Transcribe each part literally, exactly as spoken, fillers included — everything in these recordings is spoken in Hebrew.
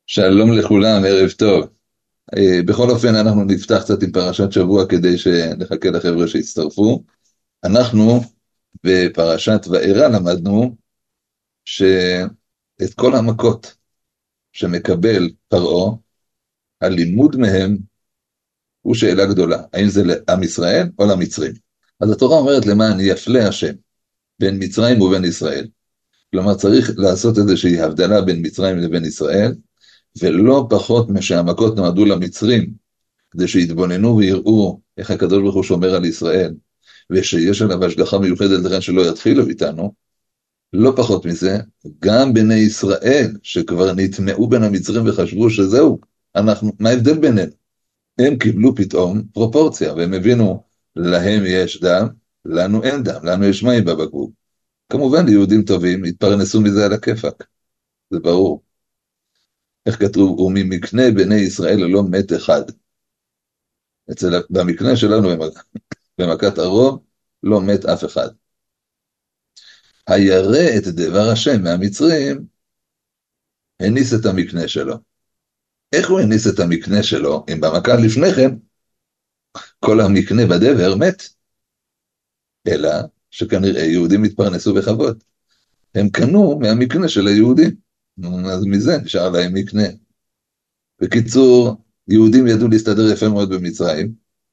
שלום לכולם, ערב טוב. אה, בכל אופן, אנחנו נפתח קצת עם פרשת שבוע כדי שנחכה לחבר'ה שיצטרפו. אנחנו בפרשת וארא למדנו שאת כל המכות שמקבל פרעה, הלימוד מהם הוא שאלה גדולה. האם זה לעם ישראל או למצרים? אז התורה אומרת למען יפלה השם בין מצרים ובין ישראל. כלומר, צריך לעשות איזושהי הבדלה בין מצרים לבין ישראל, ולא פחות משהמכות נועדו למצרים, כדי שיתבוננו ויראו איך הקדוש ברוך הוא שומר על ישראל, ושיש עליו השגחה מיוחדת לכן שלא יתחילו איתנו, לא פחות מזה, גם בני ישראל, שכבר נטמעו בין המצרים וחשבו שזהו, אנחנו, מה ההבדל בינינו? הם קיבלו פתאום פרופורציה, והם הבינו, להם יש דם, לנו אין דם, לנו יש מים בבקבוק. כמובן, יהודים טובים התפרנסו מזה על הכיפק, זה ברור. איך כתוב, וממקנה בני ישראל ללא מת אחד. אצל, במקנה שלנו, במכת הרוב, לא מת אף אחד. הירא את דבר השם מהמצרים, הניס את המקנה שלו. איך הוא הניס את המקנה שלו, אם במכה לפני כן, כל המקנה בדבר מת? אלא שכנראה יהודים התפרנסו בכבוד. הם קנו מהמקנה של היהודים. אז מזה נשאר להם מקנה. בקיצור, יהודים ידעו להסתדר יפה מאוד במצרים,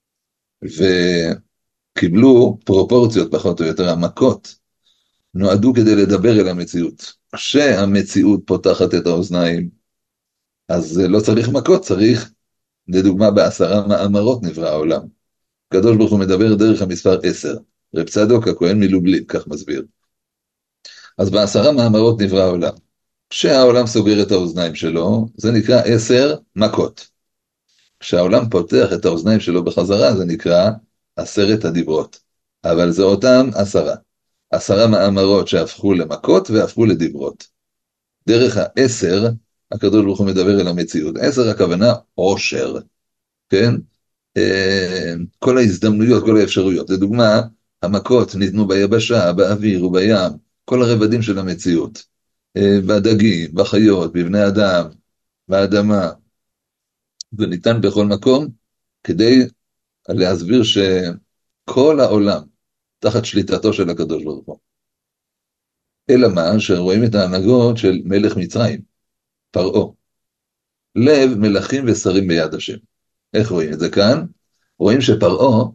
וקיבלו פרופורציות פחות או יותר, המכות נועדו כדי לדבר אל המציאות. כשהמציאות פותחת את האוזניים, אז לא צריך מכות, צריך, לדוגמה, בעשרה מאמרות נברא העולם. הקדוש ברוך הוא מדבר דרך המספר עשר. רב צדוק הכהן מלובלין, כך מסביר. אז בעשרה מאמרות נברא העולם. כשהעולם סוגר את האוזניים שלו, זה נקרא עשר מכות. כשהעולם פותח את האוזניים שלו בחזרה, זה נקרא עשרת הדיברות. אבל זה אותם עשרה. עשרה מאמרות שהפכו למכות והפכו לדיברות. דרך העשר, הקדוש ברוך הוא מדבר אל המציאות. עשר הכוונה עושר, כן? כל ההזדמנויות, כל האפשרויות. לדוגמה, המכות ניתנו ביבשה, באוויר ובים, כל הרבדים של המציאות. בדגים, בחיות, בבני אדם, באדמה. זה ניתן בכל מקום כדי להסביר שכל העולם תחת שליטתו של הקדוש ברוך הוא. אלא מה? שרואים את ההנהגות של מלך מצרים, פרעה. לב מלכים ושרים ביד השם. איך רואים את זה כאן? רואים שפרעה,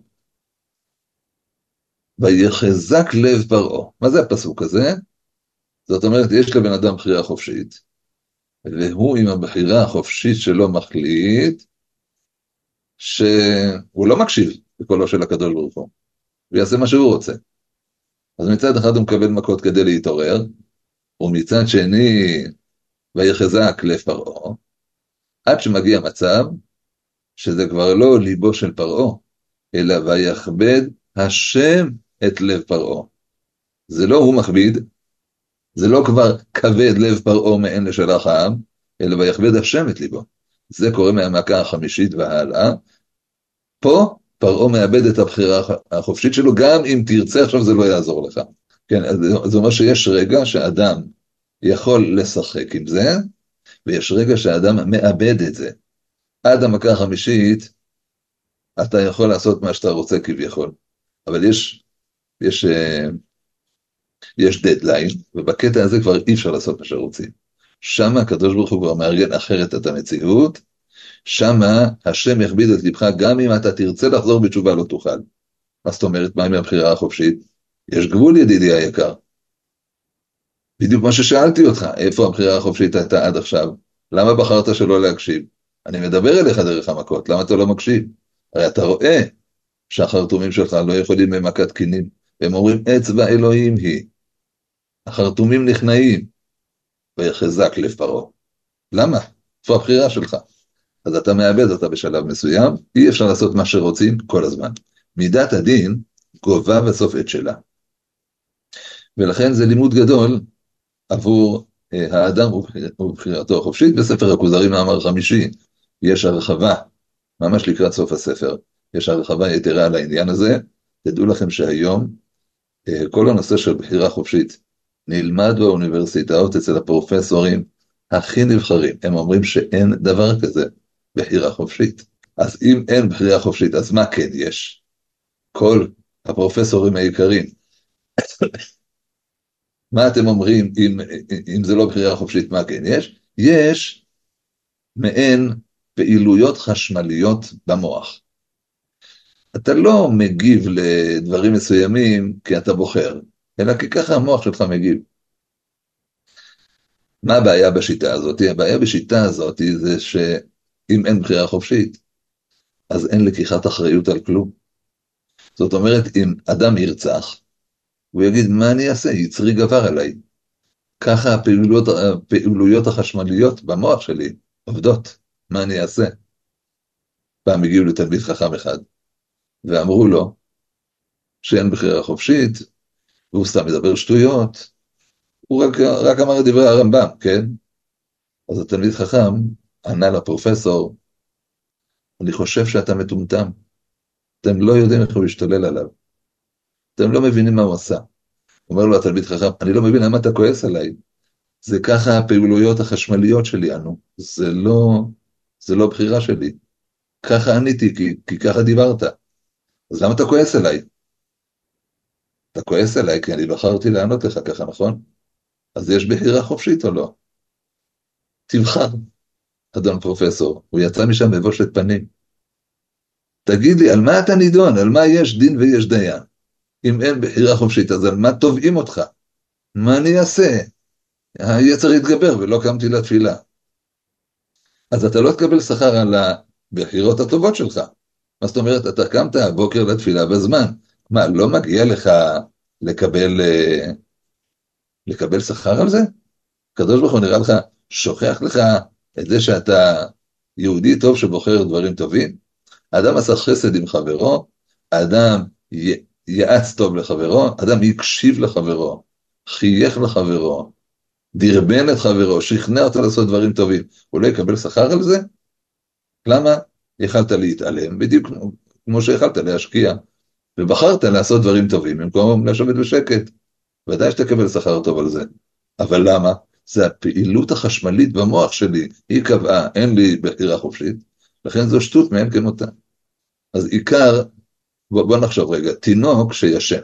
ויחזק לב פרעה. מה זה הפסוק הזה? זאת אומרת, יש לבן אדם בחירה חופשית, והוא עם הבחירה החופשית שלו מחליט, שהוא לא מקשיב לקולו של הקדוש ברוך הוא, ויעשה מה שהוא רוצה. אז מצד אחד הוא מקבל מכות כדי להתעורר, ומצד שני, ויחזק לב פרעה, עד שמגיע מצב, שזה כבר לא ליבו של פרעה, אלא ויכבד השם את לב פרעה. זה לא הוא מכביד, זה לא כבר כבד לב פרעה מעין לשלח העם, אלא ויכבד השם את ליבו. זה קורה מהמכה החמישית והלאה. פה פרעה מאבד את הבחירה החופשית שלו, גם אם תרצה עכשיו זה לא יעזור לך. כן, זה אומר שיש רגע שאדם יכול לשחק עם זה, ויש רגע שאדם מאבד את זה. עד המכה החמישית, אתה יכול לעשות מה שאתה רוצה כביכול. אבל יש, יש, יש דדליין, ובקטע הזה כבר אי אפשר לעשות מה שרוצים. שם הקדוש ברוך הוא כבר מארגן אחרת את המציאות, שם השם יכביד את לבך, גם אם אתה תרצה לחזור בתשובה לא תוכל. מה זאת אומרת, מה עם הבחירה החופשית? יש גבול ידידי היקר. בדיוק מה ששאלתי אותך, איפה הבחירה החופשית הייתה עד עכשיו? למה בחרת שלא להקשיב? אני מדבר אליך דרך המכות, למה אתה לא מקשיב? הרי אתה רואה שהחרטומים שלך לא יכולים ממכת קינים, והם אומרים אצבע אלוהים היא. החרטומים נכנעים, ויחזק לב פרעה. למה? איפה הבחירה שלך? אז אתה מאבד אותה בשלב מסוים, אי אפשר לעשות מה שרוצים כל הזמן. מידת הדין גובה בסוף את שלה. ולכן זה לימוד גדול עבור האדם ובחירתו החופשית. בספר הכוזרי מאמר חמישי יש הרחבה, ממש לקראת סוף הספר, יש הרחבה יתרה על העניין הזה. תדעו לכם שהיום כל הנושא של בחירה חופשית נלמד באוניברסיטאות אצל הפרופסורים הכי נבחרים, הם אומרים שאין דבר כזה בחירה חופשית. אז אם אין בחירה חופשית, אז מה כן יש? כל הפרופסורים היקרים, מה אתם אומרים אם, אם זה לא בחירה חופשית, מה כן יש? יש מעין פעילויות חשמליות במוח. אתה לא מגיב לדברים מסוימים כי אתה בוחר, אלא כי ככה המוח שלך מגיב. מה הבעיה בשיטה הזאת? הבעיה בשיטה הזאת זה שאם אין בחירה חופשית, אז אין לקיחת אחריות על כלום. זאת אומרת, אם אדם ירצח, הוא יגיד, מה אני אעשה? יצרי גבר עליי. ככה הפעילויות, הפעילויות החשמליות במוח שלי עובדות. מה אני אעשה? פעם הגיעו לתלמיד חכם אחד, ואמרו לו שאין בחירה חופשית, והוא סתם מדבר שטויות, הוא רק, רק אמר את דברי הרמב"ם, כן? אז התלמיד חכם ענה לפרופסור, אני חושב שאתה מטומטם, אתם לא יודעים איך הוא השתולל עליו, אתם לא מבינים מה הוא עשה. אומר לו התלמיד חכם, אני לא מבין למה אתה כועס עליי, זה ככה הפעילויות החשמליות שלי, אנו, זה לא, זה לא בחירה שלי, ככה עניתי, כי, כי ככה דיברת, אז למה אתה כועס עליי? אתה כועס עליי כי אני בחרתי לענות לך ככה, נכון? אז יש בחירה חופשית או לא? תבחר, אדון פרופסור, הוא יצא משם בבושת פנים. תגיד לי, על מה אתה נידון? על מה יש דין ויש דיין? אם אין בחירה חופשית, אז על מה תובעים אותך? מה אני אעשה? היצר יתגבר ולא קמתי לתפילה. אז אתה לא תקבל שכר על הבחירות הטובות שלך. מה זאת אומרת, אתה קמת הבוקר לתפילה בזמן. מה, לא מגיע לך לקבל, אה, לקבל שכר על זה? הקדוש ברוך הוא נראה לך, שוכח לך את זה שאתה יהודי טוב שבוחר דברים טובים? האדם עשה חסד עם חברו, האדם י... יעץ טוב לחברו, האדם יקשיב לחברו, חייך לחברו, דרבן את חברו, שכנע אותו לעשות דברים טובים, הוא לא יקבל שכר על זה? למה? יכלת להתעלם, בדיוק כמו שיכלת להשקיע, ובחרת לעשות דברים טובים, במקום לשבת בשקט, ודאי שתקבל שכר טוב על זה. אבל למה? זה הפעילות החשמלית במוח שלי, היא קבעה, אין לי בחירה חופשית, לכן זו שטות מאין כמותה. אז עיקר, בוא, בוא נחשוב רגע, תינוק שישן,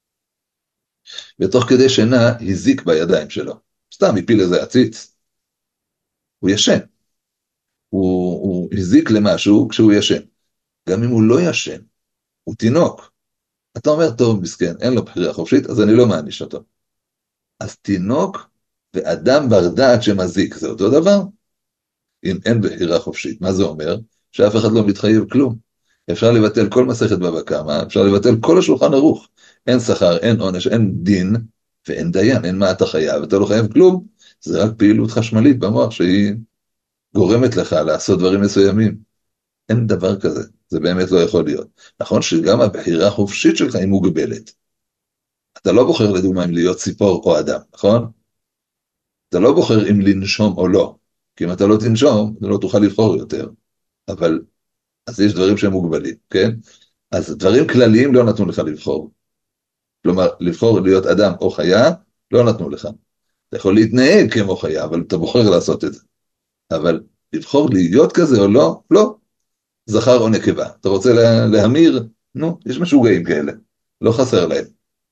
ותוך כדי שינה הזיק בידיים שלו, סתם הפיל איזה עציץ, הוא ישן, הוא, הוא הזיק למשהו כשהוא ישן, גם אם הוא לא ישן, הוא תינוק, אתה אומר, טוב, מסכן, אין לו בחירה חופשית, אז אני לא מעניש אותו. אז תינוק ואדם בר דעת שמזיק, זה אותו דבר? אם אין בחירה חופשית, מה זה אומר? שאף אחד לא מתחייב כלום. אפשר לבטל כל מסכת בבא קמא, אפשר לבטל כל השולחן ערוך. אין שכר, אין עונש, אין דין, ואין דיין, אין מה אתה חייב, אתה לא חייב כלום. זה רק פעילות חשמלית במוח שהיא גורמת לך לעשות דברים מסוימים. אין דבר כזה, זה באמת לא יכול להיות. נכון שגם הבחירה החופשית שלך היא מוגבלת. אתה לא בוחר לדוגמה אם להיות ציפור או אדם, נכון? אתה לא בוחר אם לנשום או לא, כי אם אתה לא תנשום, אתה לא תוכל לבחור יותר. אבל, אז יש דברים שהם מוגבלים, כן? אז דברים כלליים לא נתנו לך לבחור. כלומר, לבחור להיות אדם או חיה, לא נתנו לך. אתה יכול להתנהג כמו חיה, אבל אתה בוחר לעשות את זה. אבל לבחור להיות כזה או לא, לא. זכר או נקבה. אתה רוצה לה, להמיר? נו, יש משוגעים כאלה. לא חסר להם.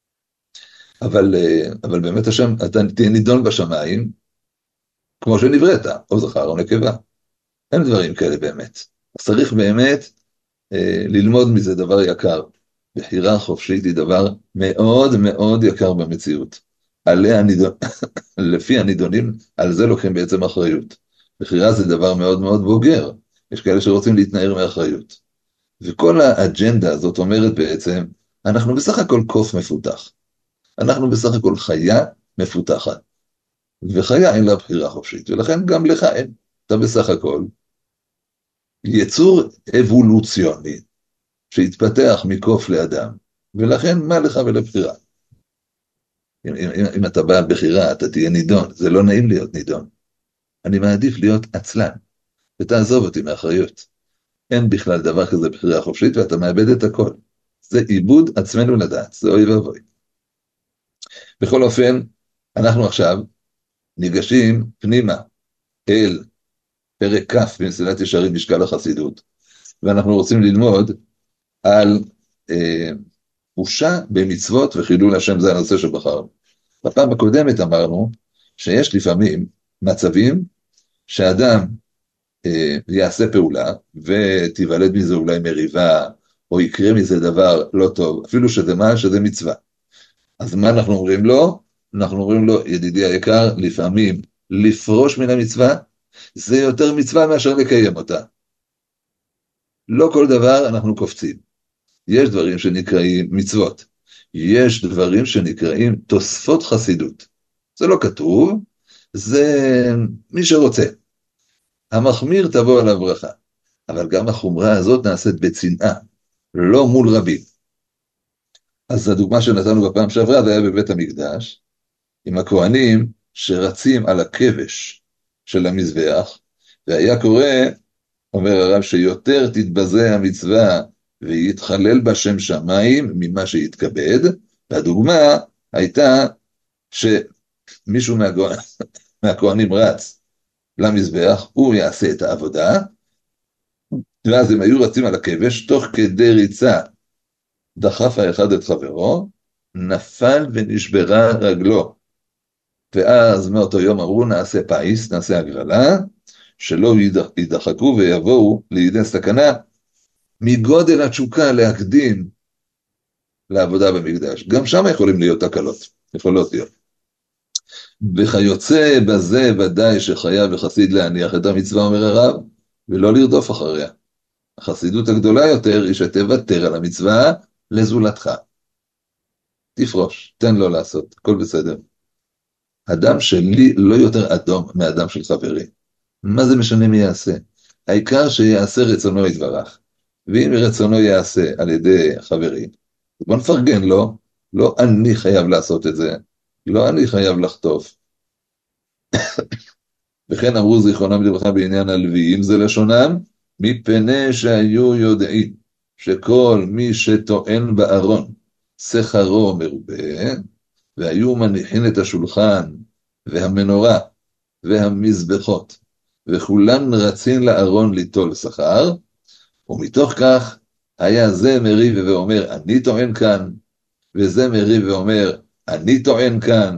אבל, אבל באמת השם, אתה תהיה נידון בשמיים, כמו שנבראת, או זכר או נקבה. אין דברים כאלה באמת. אז צריך באמת אה, ללמוד מזה דבר יקר. בחירה חופשית היא דבר מאוד מאוד יקר במציאות. עליה הנידון, לפי הנידונים, על זה לוקחים בעצם אחריות. בחירה זה דבר מאוד מאוד בוגר. יש כאלה שרוצים להתנער מאחריות. וכל האג'נדה הזאת אומרת בעצם, אנחנו בסך הכל קוף מפותח. אנחנו בסך הכל חיה מפותחת. וחיה אין לה בחירה חופשית, ולכן גם לך אין. אתה בסך הכל יצור אבולוציוני, שהתפתח מקוף לאדם, ולכן מה לך ולבחירה? אם, אם, אם אתה בא בחירה, אתה תהיה נידון, זה לא נעים להיות נידון. אני מעדיף להיות עצלן, ותעזוב אותי מאחריות. אין בכלל דבר כזה בחירה חופשית, ואתה מאבד את הכל. זה עיבוד עצמנו לדעת, זה אוי ואבוי. בכל אופן, אנחנו עכשיו ניגשים פנימה אל פרק כ' במסילת ישרים משקל החסידות, ואנחנו רוצים ללמוד על אה, בושה במצוות וחילול השם, זה הנושא שבחרנו. בפעם הקודמת אמרנו שיש לפעמים מצבים שאדם אה, יעשה פעולה ותיוולד מזה אולי מריבה, או יקרה מזה דבר לא טוב, אפילו שזה מה, שזה מצווה. אז מה אנחנו אומרים לו? אנחנו אומרים לו, ידידי היקר, לפעמים לפרוש מן המצווה, זה יותר מצווה מאשר לקיים אותה. לא כל דבר אנחנו קופצים. יש דברים שנקראים מצוות. יש דברים שנקראים תוספות חסידות. זה לא כתוב, זה מי שרוצה. המחמיר תבוא עליו ברכה. אבל גם החומרה הזאת נעשית בצנעה, לא מול רבים. אז הדוגמה שנתנו בפעם שעברה, זה היה בבית המקדש, עם הכהנים שרצים על הכבש של המזבח, והיה קורא, אומר הרב, שיותר תתבזה המצווה ויתחלל בה שם שמיים ממה שיתכבד, והדוגמה הייתה שמישהו מהכהנים, מהכהנים רץ למזבח, הוא יעשה את העבודה, ואז הם היו רצים על הכבש, תוך כדי ריצה דחף האחד את חברו, נפל ונשברה רגלו. ואז מאותו יום אמרו נעשה פייס, נעשה הגרלה, שלא ידחקו ויבואו לידי סכנה, מגודל התשוקה להקדים לעבודה במקדש. גם שם יכולים להיות תקלות, יכולות להיות. וכיוצא בזה ודאי שחייב וחסיד להניח את המצווה, אומר הרב, ולא לרדוף אחריה. החסידות הגדולה יותר היא שתוותר על המצווה לזולתך. תפרוש, תן לו לעשות, הכל בסדר. אדם שלי לא יותר אדום מאדם של חברי. מה זה משנה מי יעשה? העיקר שיעשה רצונו יתברך. ואם רצונו יעשה על ידי חברי, בוא נפרגן לו, לא אני חייב לעשות את זה, לא אני חייב לחטוף. וכן אמרו זיכרונם לברכה בעניין הלוויים זה לשונם, מפני שהיו יודעים שכל מי שטוען בארון שכרו מרובה, והיו מניחים את השולחן והמנורה והמזבחות, וכולן רצין לארון ליטול שכר, ומתוך כך היה זה מריב ואומר אני טוען כאן, וזה מריב ואומר אני טוען כאן,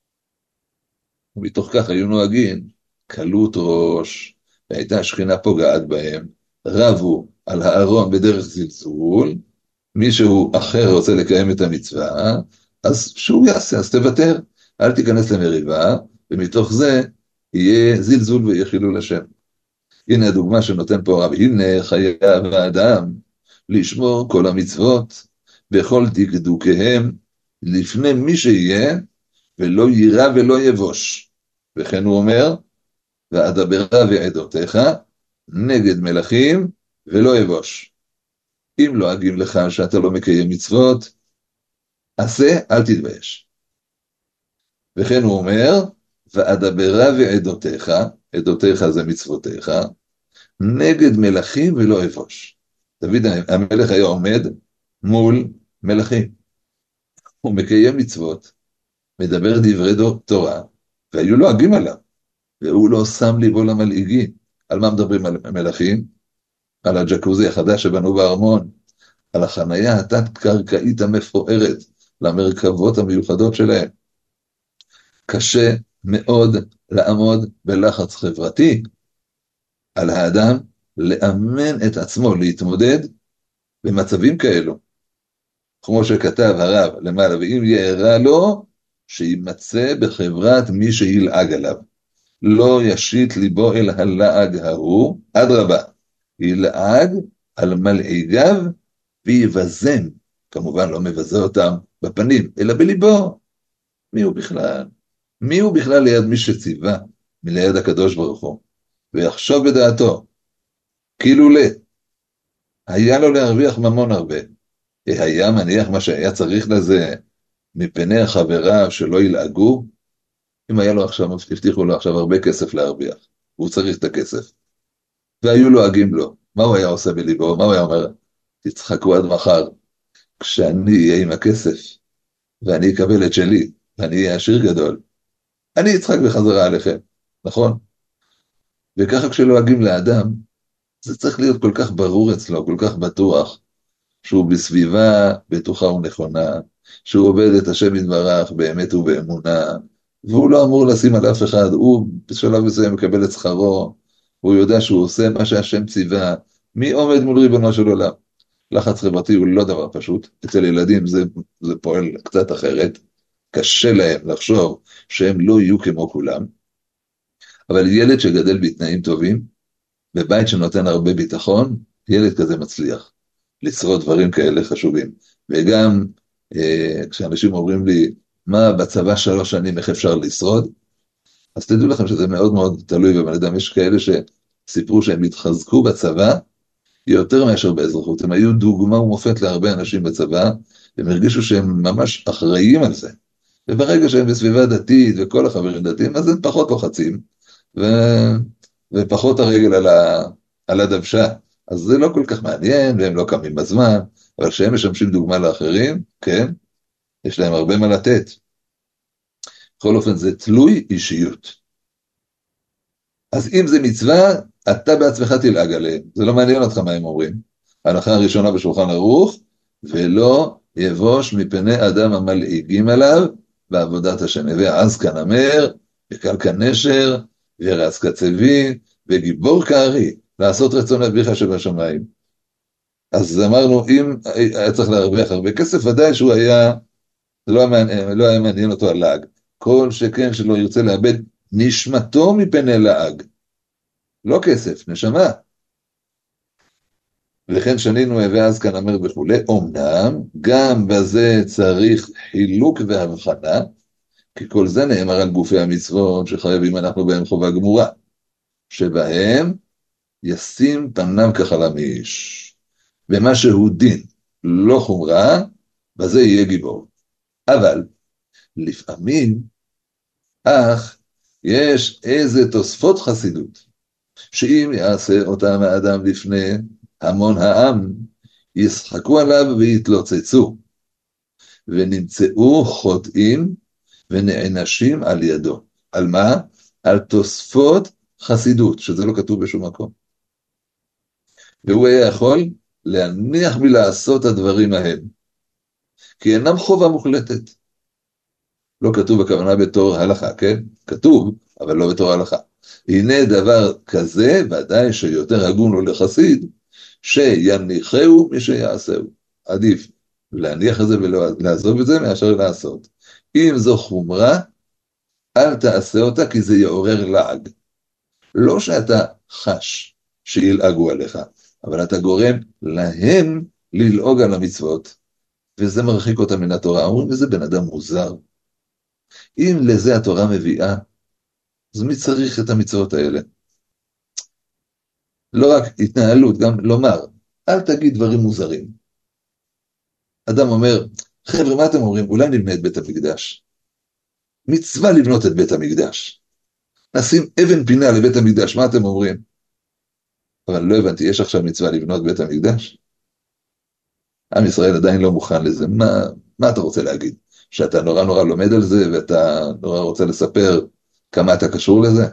ומתוך כך היו נוהגים קלות ראש, והייתה השכינה פוגעת בהם, רבו על הארון בדרך זלזול, מישהו אחר רוצה לקיים את המצווה, אז שהוא יעשה, אז תוותר, אל תיכנס למריבה, ומתוך זה יהיה זלזול ויהיה חילול השם. הנה הדוגמה שנותן פה הרב, הנה חייב האדם לשמור כל המצוות, בכל דקדוקיהם, לפני מי שיהיה, ולא יירא ולא יבוש. וכן הוא אומר, ואדברה ועדותיך, נגד מלכים ולא יבוש. אם לא אגיב לך שאתה לא מקיים מצוות, עשה, אל תתבייש. וכן הוא אומר, ואדברה ועדותיך, עדותיך זה מצוותיך, נגד מלכים ולא אבוש. דוד המלך היה עומד מול מלכים. הוא מקיים מצוות, מדבר דברי תורה, והיו לועגים עליו, והוא לא שם ליבו למלעיגים. על מה מדברים על מלכים? על הג'קוזי החדש שבנו בארמון, על החנייה התת-קרקעית המפוארת, למרכבות המיוחדות שלהם. קשה מאוד לעמוד בלחץ חברתי על האדם, לאמן את עצמו להתמודד במצבים כאלו. כמו שכתב הרב למעלה, ואם יערה לו, שימצא בחברת מי שילעג עליו. לא ישית ליבו אל הלעג ההוא, אדרבה, ילעג על מלעיגיו ויבזם, כמובן לא מבזה אותם בפנים, אלא בליבו. מי הוא בכלל? מי הוא בכלל ליד מי שציווה, מליד הקדוש ברוך הוא, ויחשוב בדעתו, כאילו לא, היה לו להרוויח ממון הרבה, היה מניח מה שהיה צריך לזה, מפני החברה שלא ילעגו, אם היה לו עכשיו, הבטיחו לו עכשיו הרבה כסף להרוויח, והוא צריך את הכסף, והיו לועגים לו, מה הוא היה עושה בליבו? מה הוא היה אומר? תצחקו עד מחר, כשאני אהיה עם הכסף, ואני אקבל את שלי, ואני אהיה עשיר גדול, אני אצחק בחזרה עליכם, נכון? וככה כשלועגים לאדם, זה צריך להיות כל כך ברור אצלו, כל כך בטוח, שהוא בסביבה בטוחה ונכונה, שהוא עובד את השם יתברך באמת ובאמונה, והוא לא אמור לשים על אף אחד, הוא בשלב מסוים מקבל את שכרו, הוא יודע שהוא עושה מה שהשם ציווה, מי עומד מול ריבונו של עולם? לחץ חברתי הוא לא דבר פשוט, אצל ילדים זה, זה פועל קצת אחרת, קשה להם לחשוב שהם לא יהיו כמו כולם, אבל ילד שגדל בתנאים טובים, בבית שנותן הרבה ביטחון, ילד כזה מצליח לשרוד דברים כאלה חשובים. וגם אה, כשאנשים אומרים לי, מה בצבא שלוש שנים, איך אפשר לשרוד? אז תדעו לכם שזה מאוד מאוד תלוי בבן אדם. יש כאלה שסיפרו שהם התחזקו בצבא יותר מאשר באזרחות. הם היו דוגמה ומופת להרבה אנשים בצבא, והם הרגישו שהם ממש אחראים על זה. וברגע שהם בסביבה דתית וכל החברים דתיים, אז הם פחות לוחצים, ו... ופחות הרגל על, ה... על הדוושה. אז זה לא כל כך מעניין, והם לא קמים בזמן, אבל כשהם משמשים דוגמה לאחרים, כן, יש להם הרבה מה לתת. בכל אופן, זה תלוי אישיות. אז אם זה מצווה, אתה בעצמך תלעג עליהם. זה לא מעניין אותך מה הם אומרים. ההלכה הראשונה בשולחן ערוך, ולא יבוש מפני אדם המלעיגים עליו בעבודת השם. ואז כאן אמר, וקל כנשר, וירץ כצבי, וגיבור כארי, לעשות רצון אביך שבשמיים. אז אמרנו, אם היה צריך להרוויח הרבה כסף, ודאי שהוא היה, לא היה, לא היה מעניין אותו הלעג. כל שכן שלא ירצה לאבד נשמתו מפני לעג. לא כסף, נשמה. וכן שנינו ואז כאן אמר וכולי, אמנם גם בזה צריך חילוק והבחנה, כי כל זה נאמר על גופי המצוות שחייבים אנחנו בהם חובה גמורה, שבהם ישים פניו כחלמיש. במה שהוא דין, לא חומרה, בזה יהיה גיבור. אבל לפעמים, אך יש איזה תוספות חסידות, שאם יעשה אותם האדם לפני המון העם, ישחקו עליו ויתלוצצו, ונמצאו חוטאים ונענשים על ידו. על מה? על תוספות חסידות, שזה לא כתוב בשום מקום. והוא היה יכול להניח מלעשות הדברים ההם, כי אינם חובה מוחלטת. לא כתוב בכוונה בתור הלכה, כן? כתוב, אבל לא בתור הלכה. הנה דבר כזה, ודאי שיותר הגון הוא לחסיד, שיניחהו מי שיעשהו. עדיף להניח את זה ולעזוב את זה, מאשר לעשות. אם זו חומרה, אל תעשה אותה, כי זה יעורר לעג. לא שאתה חש שילעגו עליך, אבל אתה גורם להם ללעוג על המצוות, וזה מרחיק אותם מן התורה. אומרים, איזה בן אדם מוזר. אם לזה התורה מביאה, אז מי צריך את המצוות האלה? לא רק התנהלות, גם לומר, אל תגיד דברים מוזרים. אדם אומר, חבר'ה, מה אתם אומרים? אולי נבנה את בית המקדש. מצווה לבנות את בית המקדש. נשים אבן פינה לבית המקדש, מה אתם אומרים? אבל לא הבנתי, יש עכשיו מצווה לבנות בית המקדש? עם ישראל עדיין לא מוכן לזה. מה, מה אתה רוצה להגיד? שאתה נורא נורא לומד על זה, ואתה נורא רוצה לספר כמה אתה קשור לזה?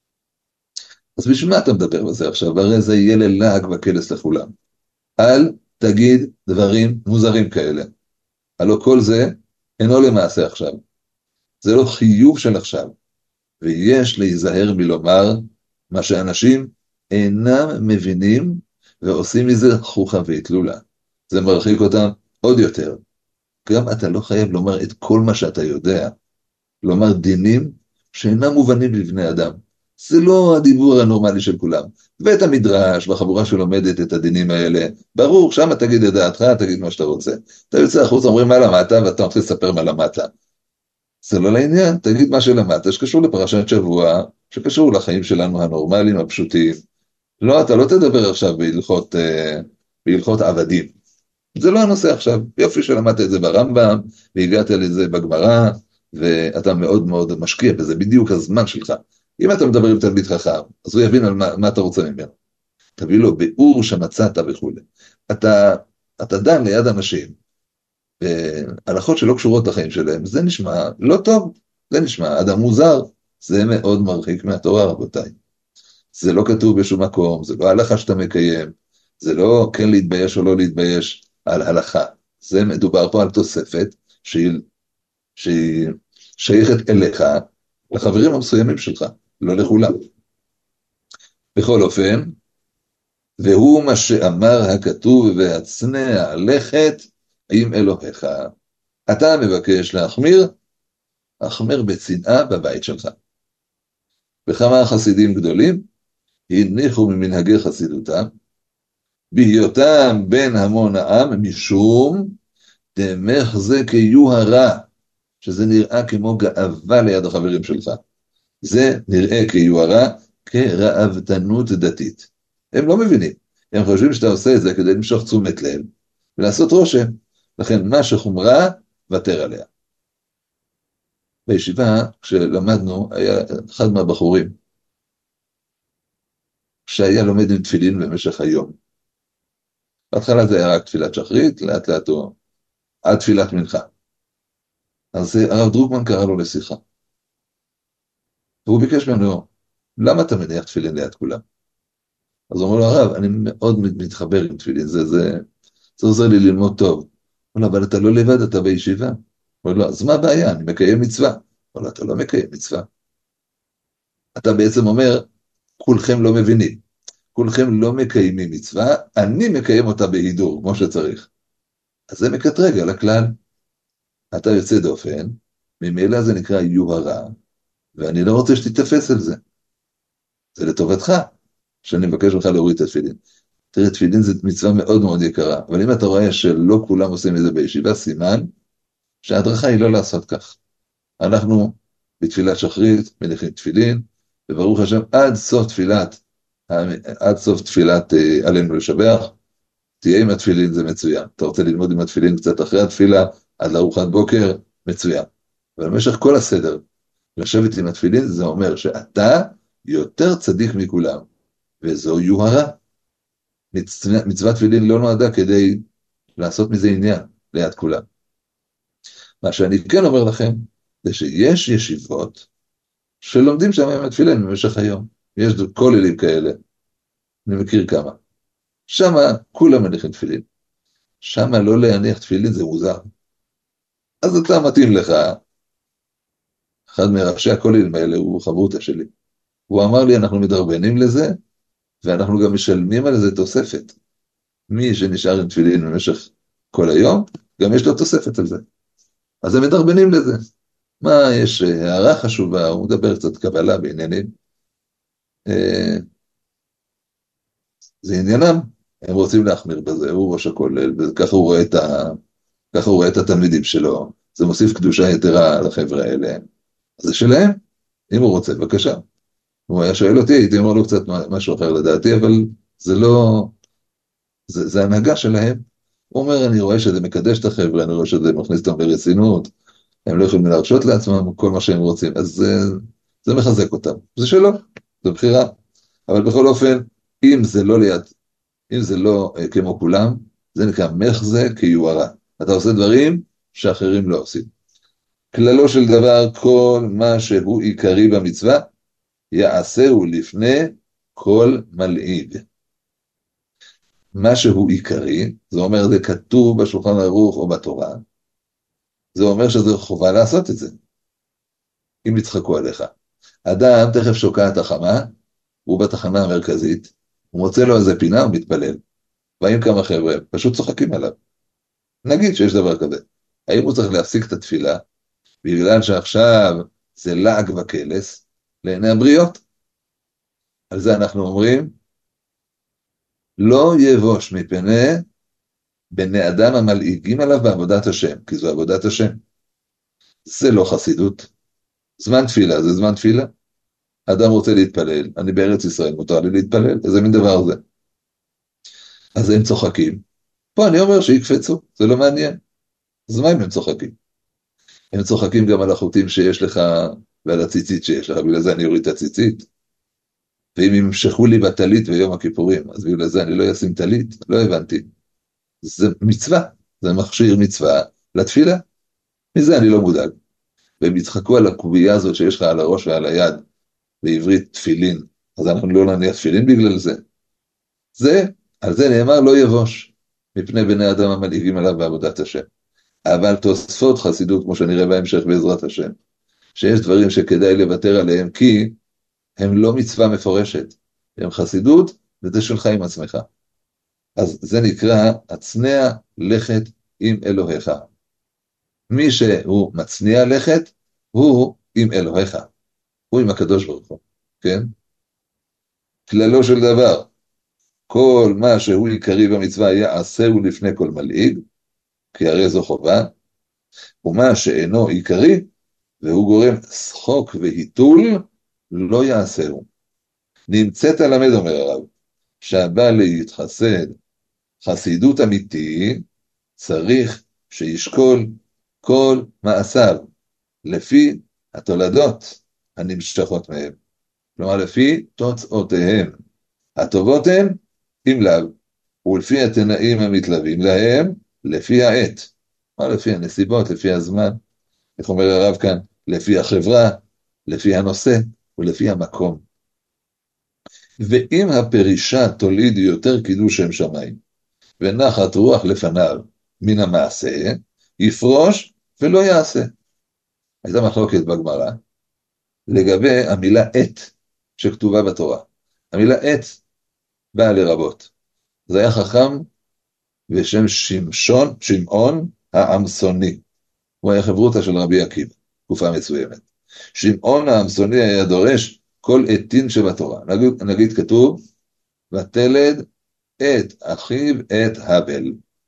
אז בשביל מה אתה מדבר בזה עכשיו? הרי זה יהיה ללעג וקלס לכולם. אל תגיד דברים מוזרים כאלה. הלא כל זה אינו למעשה עכשיו. זה לא חיוב של עכשיו. ויש להיזהר מלומר מה שאנשים אינם מבינים ועושים מזה חוכא ואטלולא. זה מרחיק אותם עוד יותר. גם אתה לא חייב לומר את כל מה שאתה יודע. לומר דינים שאינם מובנים לבני אדם. זה לא הדיבור הנורמלי של כולם. בית המדרש, בחבורה שלומדת את הדינים האלה, ברור, שם תגיד את דעתך, תגיד מה שאתה רוצה. אתה יוצא החוץ, אומרים מה למדת, ואתה מתחיל לספר מה למדת. זה לא לעניין, תגיד מה שלמדת, שקשור לפרשת שבוע, שקשור לחיים שלנו הנורמליים, הפשוטים. לא, אתה לא תדבר עכשיו בהלכות, בהלכות עבדים. זה לא הנושא עכשיו. יופי שלמדת את זה ברמב"ם, והגעת לזה בגמרא, ואתה מאוד מאוד משקיע בזה, בדיוק הזמן שלך. אם אתה מדבר עם תלמיד חכם, אז הוא יבין על מה, מה אתה רוצה ממנו. תביא לו ביאור שמצאת וכו'. אתה, אתה דן ליד אנשים, והלכות שלא קשורות לחיים שלהם, זה נשמע לא טוב, זה נשמע אדם מוזר, זה מאוד מרחיק מהתורה, רבותיי. זה לא כתוב בשום מקום, זה לא הלכה שאתה מקיים, זה לא כן להתבייש או לא להתבייש על הלכה. זה מדובר פה על תוספת שהיא, שהיא שייכת אליך, לחברים המסוימים שלך, לא לכולם. בכל אופן, והוא מה שאמר הכתוב, והצנע לכת עם אלוהיך. אתה מבקש להחמיר, החמר בצנעה בבית שלך. וכמה חסידים גדולים הניחו ממנהגי חסידותם, בהיותם בין המון העם, משום דמך זה כיוהרה, שזה נראה כמו גאווה ליד החברים שלך. זה נראה כיוהרה, כרעבתנות דתית. הם לא מבינים. הם חושבים שאתה עושה את זה כדי למשוך תשומת לב, ולעשות רושם. לכן מה שחומרה, ותר עליה. בישיבה, כשלמדנו, היה אחד מהבחורים, שהיה לומד עם תפילין במשך היום. בהתחלה זה היה רק תפילת שחרית, לאט לאט הוא, עד תפילת מנחה. אז הרב דרוקמן קרא לו לשיחה. והוא ביקש ממנו, למה אתה מניח תפילין ליד כולם? אז הוא אומר לו, הרב, אני מאוד מתחבר עם תפילין, זה, זה, זה עוזר לי ללמוד טוב. הוא אומר לו, אבל אתה לא לבד, אתה בישיבה. הוא אומר לו, אז מה הבעיה? אני מקיים מצווה. הוא אומר לו, אתה לא מקיים מצווה. אתה בעצם אומר, כולכם לא מבינים. כולכם לא מקיימים מצווה, אני מקיים אותה בהידור, כמו שצריך. אז זה מקטרג על הכלל. אתה יוצא דופן, ממילא זה נקרא יוהרה, ואני לא רוצה שתתפס על זה. זה לטובתך, שאני מבקש ממך להוריד את התפילין. תראה, תפילין זה מצווה מאוד מאוד יקרה, אבל אם אתה רואה שלא כולם עושים את זה בישיבה, סימן שההדרכה היא לא לעשות כך. אנחנו בתפילת שחרית מניחים תפילין, וברוך השם עד סוף תפילת, עד סוף תפילת עלינו לשבח, תהיה עם התפילין, זה מצוין. אתה רוצה ללמוד עם התפילין קצת אחרי התפילה, עד לארוחת בוקר, מצוין. אבל במשך כל הסדר, לשבת עם התפילין, זה אומר שאתה יותר צדיק מכולם, וזו יוהרה. מצוות תפילין לא נועדה כדי לעשות מזה עניין ליד כולם. מה שאני כן אומר לכם, זה שיש ישיבות שלומדים שם עם התפילין במשך היום. יש כוללים כאלה, אני מכיר כמה. שם כולם מניחים תפילין. שם לא להניח תפילין זה מוזר. אז אתה מתאים לך, אחד מראשי הכוללים האלה הוא חברותא שלי. הוא אמר לי, אנחנו מדרבנים לזה, ואנחנו גם משלמים על זה תוספת. מי שנשאר עם תפילין במשך כל היום, גם יש לו תוספת על זה. אז הם מדרבנים לזה. מה, יש הערה חשובה, הוא מדבר קצת קבלה בעניינים. זה עניינם, הם רוצים להחמיר בזה, הוא ראש הכולל, וככה הוא רואה את ה... ככה הוא רואה את התלמידים שלו, זה מוסיף קדושה יתרה לחבר'ה האלה. אז זה שלהם, אם הוא רוצה, בבקשה. הוא היה שואל אותי, הייתי אומר לו קצת משהו אחר לדעתי, אבל זה לא... זה, זה הנהגה שלהם. הוא אומר, אני רואה שזה מקדש את החבר'ה, אני רואה שזה מכניס אותם לרצינות, הם לא יכולים להרשות לעצמם כל מה שהם רוצים, אז זה, זה מחזק אותם. זה שלו, זה בחירה. אבל בכל אופן, אם זה לא ליד, אם זה לא כמו כולם, זה נקרא מחזה כיוהרה. אתה עושה דברים שאחרים לא עושים. כללו של דבר, כל מה שהוא עיקרי במצווה, יעשהו לפני כל מלעיג. מה שהוא עיקרי, זה אומר זה כתוב בשולחן ערוך או בתורה, זה אומר שזו חובה לעשות את זה, אם יצחקו עליך. אדם תכף שוקע את החמה, הוא בתחנה המרכזית, הוא מוצא לו איזה פינה, הוא מתפלל. באים כמה חבר'ה, פשוט צוחקים עליו. נגיד שיש דבר כזה. האם הוא צריך להפסיק את התפילה, בגלל שעכשיו זה לעג וקלס, לעיני הבריות? על זה אנחנו אומרים, לא יבוש מפני בני אדם המלעיגים עליו בעבודת השם, כי זו עבודת השם. זה לא חסידות. זמן תפילה זה זמן תפילה. אדם רוצה להתפלל, אני בארץ ישראל, מותר לי להתפלל, איזה מין דבר זה. אז הם צוחקים. פה אני אומר שיקפצו, זה לא מעניין. אז מה אם הם צוחקים? הם צוחקים גם על החוטים שיש לך ועל הציצית שיש לך, בגלל זה אני אוריד את הציצית. ואם ימשכו לי בטלית ביום הכיפורים, אז בגלל זה אני לא אשים טלית, לא הבנתי. זה מצווה, זה מכשיר מצווה לתפילה. מזה אני לא מודאג. והם יצחקו על הקובייה הזאת שיש לך על הראש ועל היד, בעברית תפילין, אז אנחנו לא נניח תפילין בגלל זה. זה, על זה נאמר לא יבוש, מפני בני אדם המלעיגים עליו בעבודת השם. אבל תוספות חסידות, כמו שנראה בהמשך בעזרת השם, שיש דברים שכדאי לוותר עליהם, כי הם לא מצווה מפורשת, הם חסידות, וזה שלך עם עצמך. אז זה נקרא, הצנע לכת עם אלוהיך. מי שהוא מצניע לכת, הוא עם אלוהיך, הוא עם הקדוש ברוך הוא, כן? כללו של דבר, כל מה שהוא עיקרי במצווה יעשהו לפני כל מלעיג, כי הרי זו חובה, ומה שאינו עיקרי, והוא גורם שחוק והיתול, לא יעשהו. נמצאת למד, אומר הרב, שהבא להתחסד חסידות אמיתי, צריך שישקול כל מעשיו, לפי התולדות הנמשכות מהם. כלומר, לפי תוצאותיהם. הטובות הן, אם לאו, ולפי התנאים המתלווים להם, לפי העת. כלומר, לפי הנסיבות, לפי הזמן. איך אומר הרב כאן? לפי החברה, לפי הנושא ולפי המקום. ואם הפרישה תוליד יותר קידוש שם שמיים, ונחת רוח לפניו מן המעשה, יפרוש ולא יעשה. הייתה מחלוקת בגמרא, לגבי המילה עת שכתובה בתורה. המילה עת באה לרבות. זה היה חכם בשם שמשון, שמעון העמסוני. הוא היה חברותא של רבי עקיבא, תקופה מסוימת. שמעון העמסוני היה דורש כל עתין שבתורה. נגיד, נגיד כתוב, ותלד את אחיו את הבל.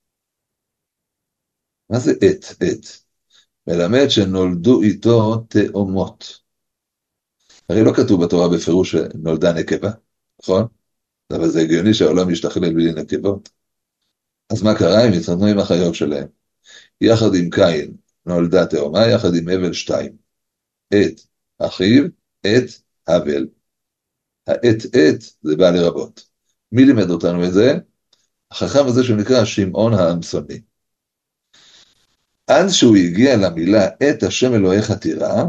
מה זה את? את. מלמד שנולדו איתו תאומות. הרי לא כתוב בתורה בפירוש שנולדה נקבה, נכון? אבל זה הגיוני שהעולם ישתכלל בלי נקבות. אז מה קרה? הם התחתנו עם החיות שלהם. יחד עם קין נולדה תאומה, יחד עם הבל שתיים. את אחיו, את הבל. האת את זה בא לרבות. מי לימד אותנו את זה? החכם הזה שנקרא שמעון העמסוני. עד שהוא הגיע למילה את השם אלוהיך תירא,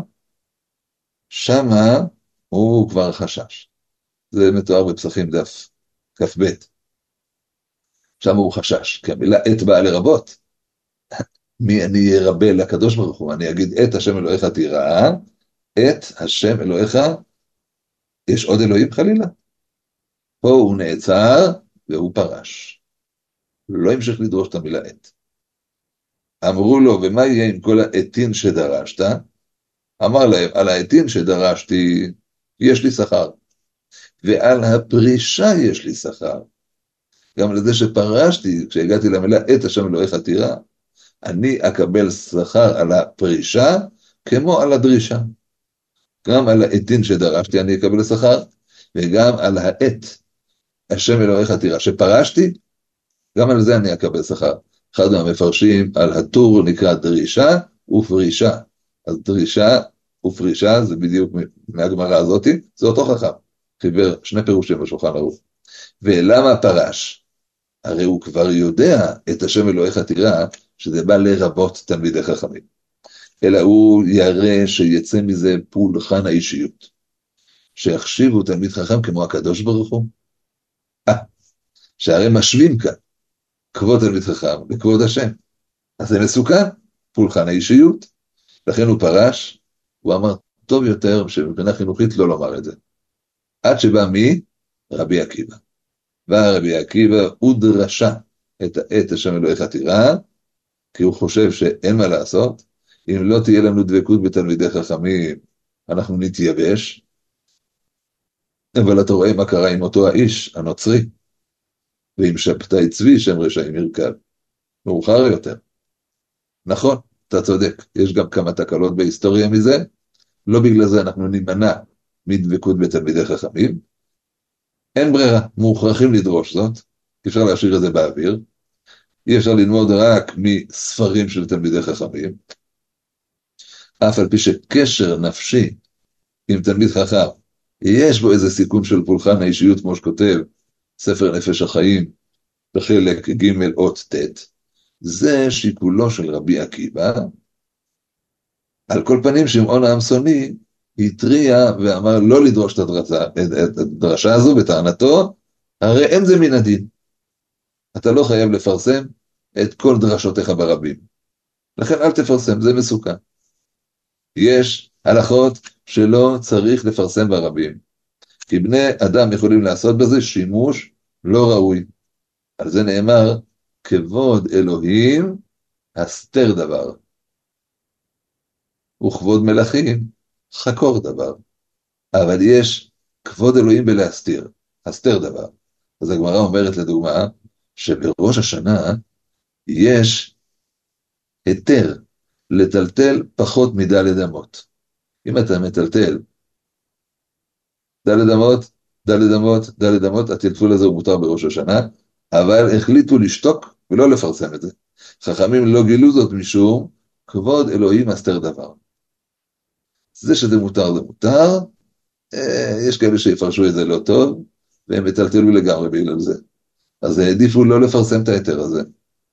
שמה הוא כבר חשש. זה מתואר בפסחים דף כ"ב. שם הוא חשש, כי המילה את באה לרבות. מי אני ירבה לקדוש ברוך הוא? אני אגיד את השם אלוהיך תירא, את השם אלוהיך, יש עוד אלוהים חלילה? פה הוא נעצר והוא פרש. לא המשיך לדרוש את המילה את. אמרו לו, ומה יהיה עם כל העתין שדרשת? אמר להם, על העתין שדרשתי, יש לי שכר. ועל הפרישה יש לי שכר. גם לזה שפרשתי, כשהגעתי למילה את השם אלוהיך תירא, אני אקבל שכר על הפרישה, כמו על הדרישה. גם על העתין שדרשתי אני אקבל שכר, וגם על העת השם אלוהיך תירא, שפרשתי, גם על זה אני אקבל שכר. אחד מהמפרשים על הטור נקרא דרישה ופרישה. אז דרישה ופרישה זה בדיוק מהגמרא הזאת, זה אותו חכם. חיבר שני פירושים בשולחן ערוך. ולמה פרש? הרי הוא כבר יודע את השם אלוהיך תירא, שזה בא לרבות תלמידי חכמים. אלא הוא יראה שיצא מזה פולחן האישיות. שיחשיבו תלמיד חכם כמו הקדוש ברוך הוא. אה, שהרי משווים כאן. כבוד תלמיד חכם וכבוד השם. אז זה מסוכן, פולחן האישיות. לכן הוא פרש, הוא אמר, טוב יותר שמבחינה חינוכית לא לומר את זה. עד שבא מי? רבי עקיבא. בא רבי עקיבא ודרשה את העת השם אלוהיך תירא, כי הוא חושב שאין מה לעשות, אם לא תהיה לנו דבקות בתלמידי חכמים, אנחנו נתייבש. אבל אתה רואה מה קרה עם אותו האיש, הנוצרי, ועם שבתאי צבי שם רשעים ירכב. מאוחר יותר. נכון, אתה צודק, יש גם כמה תקלות בהיסטוריה מזה, לא בגלל זה אנחנו נימנע מדבקות בתלמידי חכמים, אין ברירה, מוכרחים לדרוש זאת, אי אפשר להשאיר את זה באוויר, אי אפשר ללמוד רק מספרים של תלמידי חכמים, אף על פי שקשר נפשי עם תלמיד חכם, יש בו איזה סיכון של פולחן האישיות, כמו שכותב ספר נפש החיים, בחלק ג' אות ט', זה שיקולו של רבי עקיבא. על כל פנים שמעון העמסוני התריע ואמר לא לדרוש את הדרשה, את הדרשה הזו בטענתו, הרי אין זה מן הדין. אתה לא חייב לפרסם את כל דרשותיך ברבים. לכן אל תפרסם, זה מסוכן. יש הלכות שלא צריך לפרסם ברבים, כי בני אדם יכולים לעשות בזה שימוש לא ראוי. על זה נאמר, כבוד אלוהים הסתר דבר, וכבוד מלכים חקור דבר. אבל יש כבוד אלוהים בלהסתיר, הסתר דבר. אז הגמרא אומרת לדוגמה, שבראש השנה יש היתר לטלטל פחות מדלת אמות. אם אתה מטלטל דלת אמות, דלת אמות, דלת אמות, הטלטול הזה הוא מותר בראש השנה, אבל החליטו לשתוק ולא לפרסם את זה. חכמים לא גילו זאת משום כבוד אלוהים הסתר דבר. זה שזה מותר זה מותר, יש כאלה שיפרשו את זה לא טוב, והם מטלטלו לגמרי בגלל זה. אז העדיפו לא לפרסם את ההיתר הזה.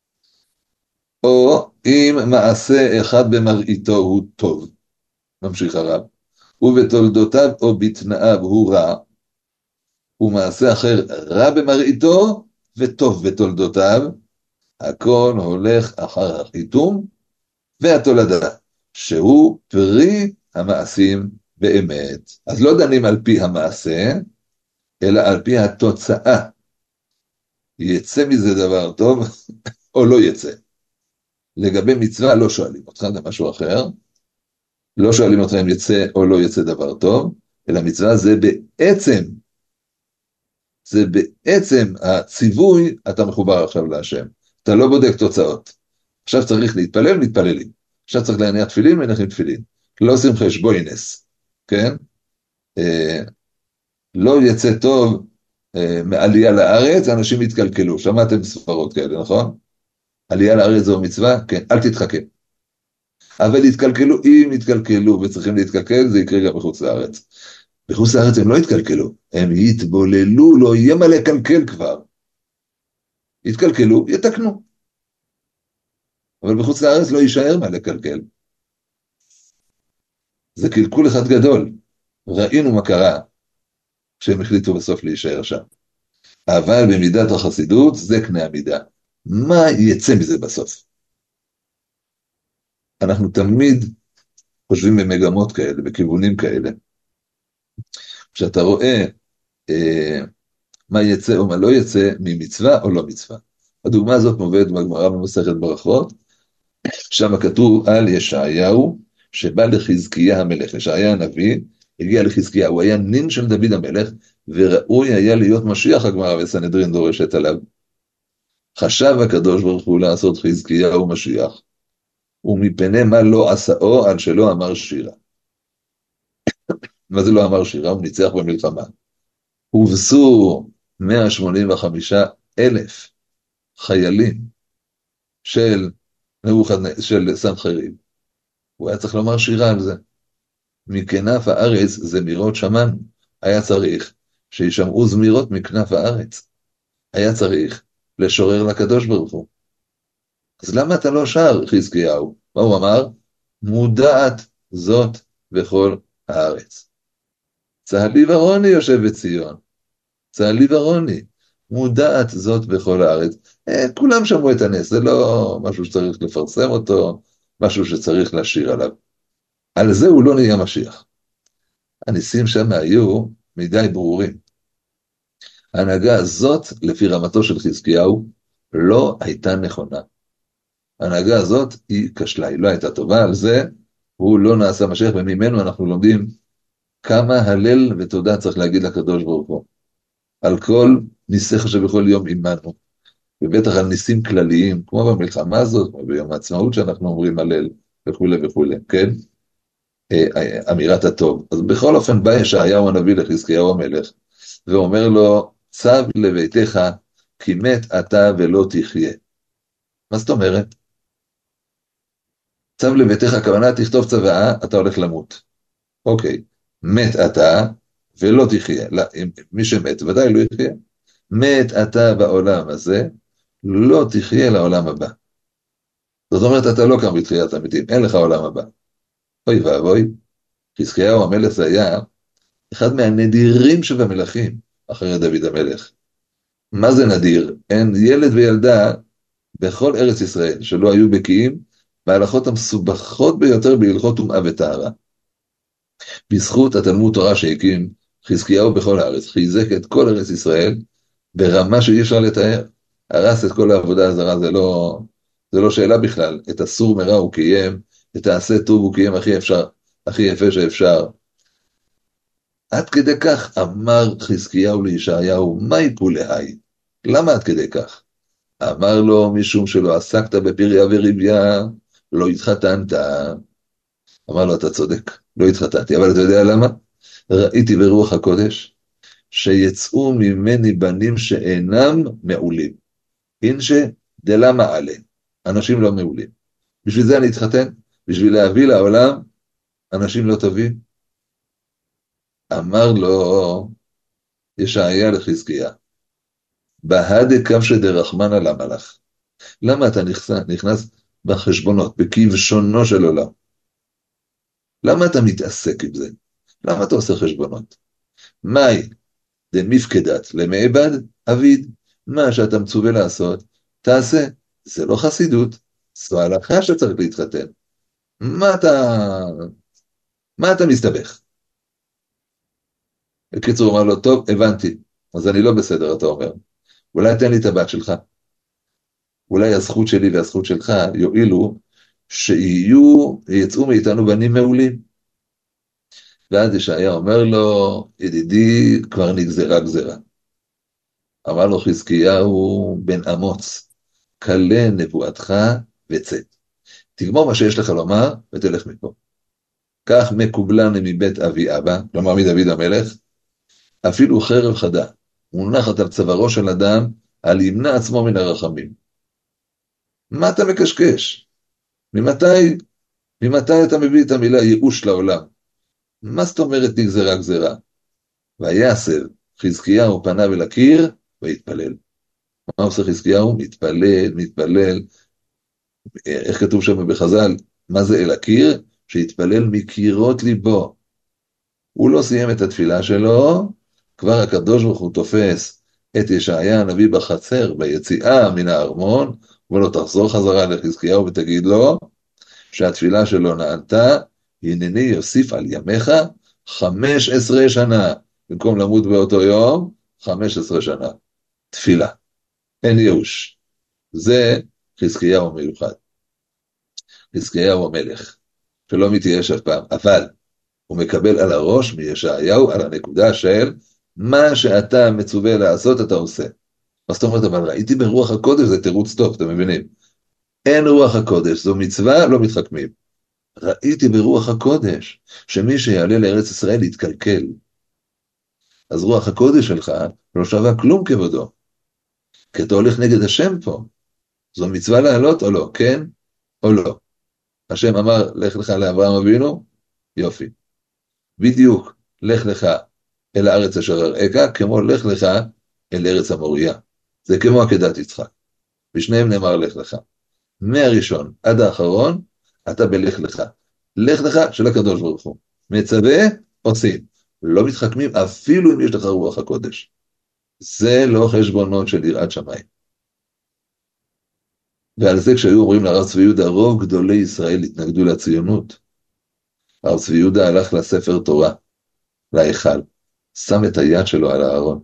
או אם מעשה אחד במראיתו הוא טוב, ממשיך הרב, ובתולדותיו או בתנאיו הוא רע, ומעשה אחר רע במראיתו וטוב בתולדותיו, הכל הולך אחר החיתום והתולדה, שהוא פרי המעשים באמת. אז לא דנים על פי המעשה, אלא על פי התוצאה. יצא מזה דבר טוב או לא יצא. לגבי מצווה לא שואלים אותך, זה משהו אחר. לא שואלים אותך אם יצא או לא יצא דבר טוב, אלא מצווה זה בעצם, זה בעצם הציווי, אתה מחובר עכשיו להשם. אתה לא בודק תוצאות. עכשיו צריך להתפלל, מתפללים. עכשיו צריך להניח תפילין, מניחים תפילין. לא עושים חשבוינס, כן? אה, לא יצא טוב אה, מעלייה לארץ, אנשים יתקלקלו. שמעתם ספרות כאלה, נכון? עלייה לארץ זו מצווה? כן, אל תתחכם. אבל יתקלקלו, אם יתקלקלו וצריכים להתקלקל, זה יקרה גם בחוץ לארץ. בחוץ לארץ הם לא יתקלקלו, הם יתבוללו, לא יהיה מה לקלקל כבר. יתקלקלו, יתקנו. אבל בחוץ לארץ לא יישאר מה לקלקל. זה קלקול אחד גדול. ראינו מה קרה כשהם החליטו בסוף להישאר שם. אבל במידת החסידות זה קנה המידה. מה יצא מזה בסוף? אנחנו תמיד חושבים במגמות כאלה, בכיוונים כאלה. כשאתה רואה אה, מה יצא או מה לא יצא ממצווה או לא מצווה. הדוגמה הזאת מובאת בגמרא במסכת ברכות, שם כתוב על ישעיהו שבא לחזקיה המלך. ישעיה הנביא הגיע לחזקיה, הוא היה נין של דוד המלך, וראוי היה להיות משיח, הגמרא בסנהדרין דורשת עליו. חשב הקדוש ברוך הוא לעשות חזקיהו משיח, ומפני מה לא עשאו על שלא אמר שירה. מה זה לא אמר שירה? הוא ניצח במלחמה. הובסו מאה שמונים וחמישה אלף חיילים של נבוכדנצר, של סנחריב. הוא היה צריך לומר שירה על זה. מכנף הארץ זמירות שמענו. היה צריך שישמעו זמירות מכנף הארץ. היה צריך לשורר לקדוש ברוך הוא. אז למה אתה לא שר, חזקיהו? מה הוא אמר? מודעת זאת בכל הארץ. צהלי ורוני יושב בציון. צהלי ורוני. מודעת זאת בכל הארץ. אה, כולם שמעו את הנס, זה לא משהו שצריך לפרסם אותו, משהו שצריך לשיר עליו. על זה הוא לא נהיה משיח. הניסים שם היו מדי ברורים. ההנהגה הזאת, לפי רמתו של חזקיהו, לא הייתה נכונה. ההנהגה הזאת היא כשלה, היא לא הייתה טובה, על זה הוא לא נעשה משיח, וממנו אנחנו לומדים כמה הלל ותודה צריך להגיד לקדוש ברוך הוא. על כל ניסיך שבכל יום עמנו, ובטח על ניסים כלליים, כמו במלחמה הזאת, כמו ביום העצמאות שאנחנו אומרים הלל וכו' וכו', כן? אמירת הטוב. אז בכל אופן בא ישעיהו הנביא לחזקיהו המלך, ואומר לו, צב לביתך, כי מת אתה ולא תחיה. מה זאת אומרת? צב לביתך, הכוונה תכתוב צוואה, אתה הולך למות. אוקיי, מת אתה ולא תחיה. לא, מי שמת ודאי לא יחיה. מת אתה בעולם הזה, לא תחיה לעולם הבא. זאת אומרת, אתה לא קם בתחיית המתים, אין לך עולם הבא. אוי ואבוי, חזקיהו המלך זה היה אחד מהנדירים שבמלכים אחרי דוד המלך. מה זה נדיר? אין ילד וילדה בכל ארץ ישראל שלא היו בקיאים בהלכות המסובכות ביותר בהלכות טומאה וטהרה. בזכות התלמוד תורה שהקים חזקיהו בכל הארץ, חיזק את כל ארץ ישראל ברמה שאי אפשר לתאר. הרס את כל העבודה הזרה, זה לא, זה לא שאלה בכלל. את הסור מרע הוא קיים, את העשה טוב הוא קיים הכי אפשר, הכי יפה שאפשר. עד כדי כך אמר חזקיהו לישעיהו, מה יפו להי? למה עד כדי כך? אמר לו, משום שלא עסקת בפריה וריביה, לא התחתנת. אמר לו, אתה צודק, לא התחתנתי, אבל אתה יודע למה? ראיתי ברוח הקודש, שיצאו ממני בנים שאינם מעולים. אינשה דלמה עלה, אנשים לא מעולים. בשביל זה אני אתחתן, בשביל להביא לעולם אנשים לא טובים. אמר לו ישעיה לחזקיה, בהדה כבשא דרחמנא למה לך? למה אתה נכנס, נכנס בחשבונות, בכבשונו של עולם? למה אתה מתעסק עם זה? למה אתה עושה חשבונות? מאי דמפקדת למעבד אביד, מה שאתה מצווה לעשות, תעשה. זה לא חסידות, זו הלכה שצריך להתחתן. מה אתה, מה אתה מסתבך? בקיצור, הוא אמר לו, טוב, הבנתי, אז אני לא בסדר, אתה אומר. אולי תן לי את הבת שלך. אולי הזכות שלי והזכות שלך יועילו שיהיו, יצאו מאיתנו בנים מעולים. ואז ישעיה אומר לו, ידידי, כבר נגזרה גזרה. אמר לו חזקיהו בן אמוץ, קלה נבואתך וצא. תגמור מה שיש לך לומר ותלך מפה. כך מקובלני מבית אבי אבא, כלומר מדוד המלך, אפילו חרב חדה, מונחת על צווארו של אדם, על ימנע עצמו מן הרחמים. מה אתה מקשקש? ממתי, ממתי אתה מביא את המילה ייאוש לעולם? מה זאת אומרת נגזרה גזרה? ויעשר חזקיהו פניו אל הקיר והתפלל. מה עושה חזקיהו? מתפלל, מתפלל. איך כתוב שם בחז"ל? מה זה אל הקיר? שהתפלל מקירות ליבו. הוא לא סיים את התפילה שלו, כבר הקדוש ברוך הוא תופס את ישעיה הנביא בחצר, ביציאה מן הארמון, ולא תחזור חזרה לחזקיהו ותגיד לו שהתפילה שלו נענתה, הנני יוסיף על ימיך חמש עשרה שנה, במקום למות באותו יום, חמש עשרה שנה. תפילה, אין ייאוש. זה חזקיהו מיוחד. חזקיהו המלך, שלא מתייאש אף פעם, אבל הוא מקבל על הראש מישעיהו, על הנקודה של מה שאתה מצווה לעשות, אתה עושה. מה זאת אומרת, אבל ראיתי ברוח הקודש, זה תירוץ טוב, אתם מבינים? אין רוח הקודש, זו מצווה, לא מתחכמים. ראיתי ברוח הקודש, שמי שיעלה לארץ ישראל יתקלקל. אז רוח הקודש שלך לא שווה כלום כבודו. כי אתה הולך נגד השם פה. זו מצווה לעלות או לא, כן או לא. השם אמר, לך לך לאברהם אבינו, יופי. בדיוק, לך לך אל הארץ אשר אראך, כמו לך לך אל ארץ המוריה. זה כמו עקדת יצחק. בשניהם נאמר לך לך. מהראשון עד האחרון, אתה בלך לך. לך לך של הקדוש ברוך הוא. מצווה, עושים. לא מתחכמים אפילו אם יש לך רוח הקודש. זה לא חשבונות של יראת שמיים. ועל זה כשהיו אומרים לרב צבי יהודה, רוב גדולי ישראל התנגדו לציונות. הרב צבי יהודה הלך לספר תורה, להיכל, שם את היד שלו על הארון,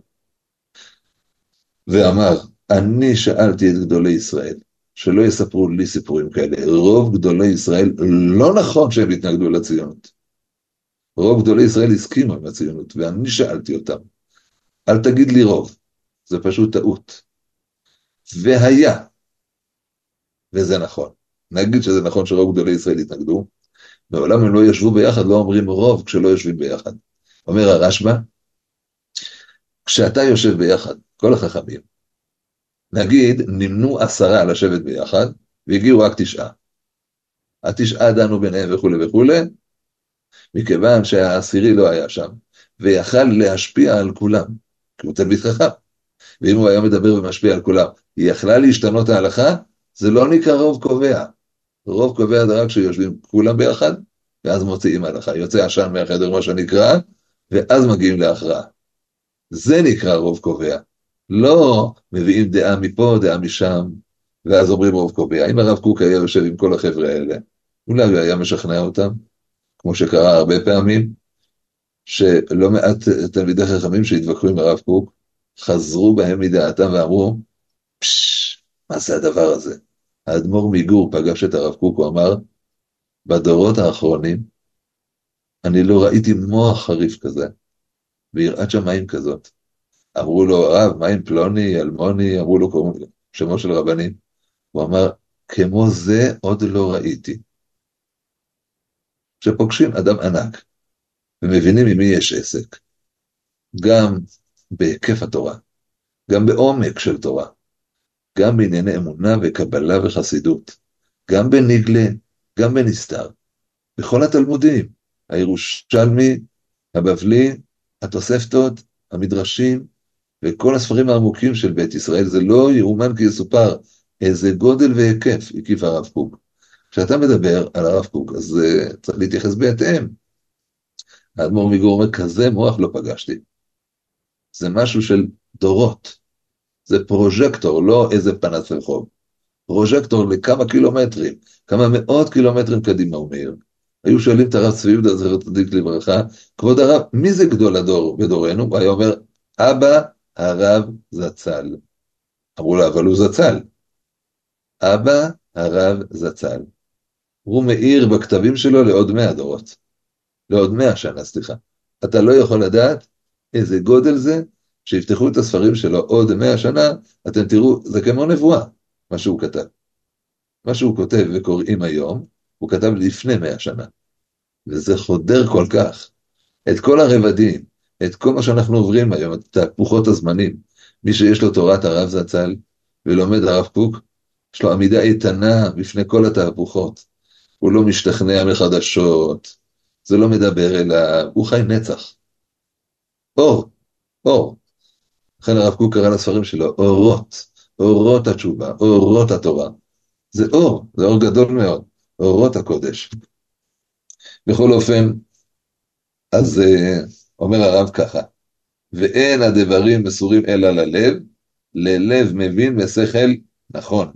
ואמר, אני שאלתי את גדולי ישראל, שלא יספרו לי סיפורים כאלה, רוב גדולי ישראל לא נכון שהם התנגדו לציונות. רוב גדולי ישראל הסכימו עם הציונות, ואני שאלתי אותם, אל תגיד לי רוב, זה פשוט טעות. והיה, וזה נכון, נגיד שזה נכון שרוב גדולי ישראל התנגדו, מעולם הם לא ישבו ביחד, לא אומרים רוב כשלא יושבים ביחד. אומר הרשב"א, כשאתה יושב ביחד, כל החכמים, נגיד נמנו עשרה לשבת ביחד, והגיעו רק תשעה. התשעה דנו ביניהם וכו' וכו', מכיוון שהעשירי לא היה שם, ויכל להשפיע על כולם, כי הוא תלמיד חכם. ואם הוא היה מדבר ומשפיע על כולם, היא יכלה להשתנות ההלכה, זה לא נקרא רוב קובע. רוב קובע זה רק כשיושבים כולם ביחד, ואז מוציאים הלכה, יוצא עשן מהחדר מה שנקרא, ואז מגיעים להכרעה. זה נקרא רוב קובע. לא מביאים דעה מפה, דעה משם, ואז אומרים רוב קובע. אם הרב קוק היה יושב עם כל החבר'ה האלה, אולי הוא היה משכנע אותם, כמו שקרה הרבה פעמים, שלא מעט תלמידי חכמים שהתווכחו עם הרב קוק, חזרו בהם מדעתם ואמרו, פשש, מה זה הדבר הזה? האדמו"ר מגור פגש את הרב קוק, הוא אמר, בדורות האחרונים, אני לא ראיתי מוח חריף כזה, ויראת שמיים כזאת. אמרו לו, הרב, מה עם פלוני, אלמוני, אמרו לו, קוראים שמו של רבנים. הוא אמר, כמו זה עוד לא ראיתי. כשפוגשים אדם ענק, ומבינים עם מי יש עסק, גם בהיקף התורה, גם בעומק של תורה, גם בענייני אמונה וקבלה וחסידות, גם בנגלה, גם בנסתר, בכל התלמודים, הירושלמי, הבבלי, התוספתות, המדרשים, וכל הספרים העמוקים של בית ישראל, זה לא יאומן כי יסופר איזה גודל והיקף הקיף הרב קוק. כשאתה מדבר על הרב קוק, אז uh, צריך להתייחס בהתאם. האדמו"ר מגור אומר, כזה מוח לא פגשתי. זה משהו של דורות. זה פרוז'קטור, לא איזה פנס רחוב. פרוז'קטור לכמה קילומטרים, כמה מאות קילומטרים קדימה הוא מאיר. היו שואלים את הרב צבי יהודה זכר צדיק לברכה, כבוד הרב, מי זה גדול הדור בדורנו? הוא היה אומר, אבא הרב זצ"ל. אמרו לו, אבל הוא זצ"ל. אבא הרב זצ"ל. הוא מאיר בכתבים שלו לעוד מאה דורות. לעוד מאה שנה, סליחה. אתה לא יכול לדעת איזה גודל זה, שיפתחו את הספרים שלו עוד מאה שנה, אתם תראו, זה כמו נבואה, מה שהוא כתב. מה שהוא כותב וקוראים היום, הוא כתב לפני מאה שנה. וזה חודר כל כך. את כל הרבדים, את כל מה שאנחנו עוברים היום, את תהפוכות הזמנים. מי שיש לו תורת הרב זצ"ל, ולומד הרב קוק, יש לו עמידה איתנה בפני כל התהפוכות. הוא לא משתכנע מחדשות, זה לא מדבר אליו, הוא חי נצח. אור, אור. לכן הרב קוק קרא לספרים שלו, אורות, אורות התשובה, אורות התורה. זה אור, זה אור גדול מאוד, אורות הקודש. בכל אופן, אז uh, אומר הרב ככה, ואין הדברים מסורים אלא ללב, ללב מבין ושכל נכון.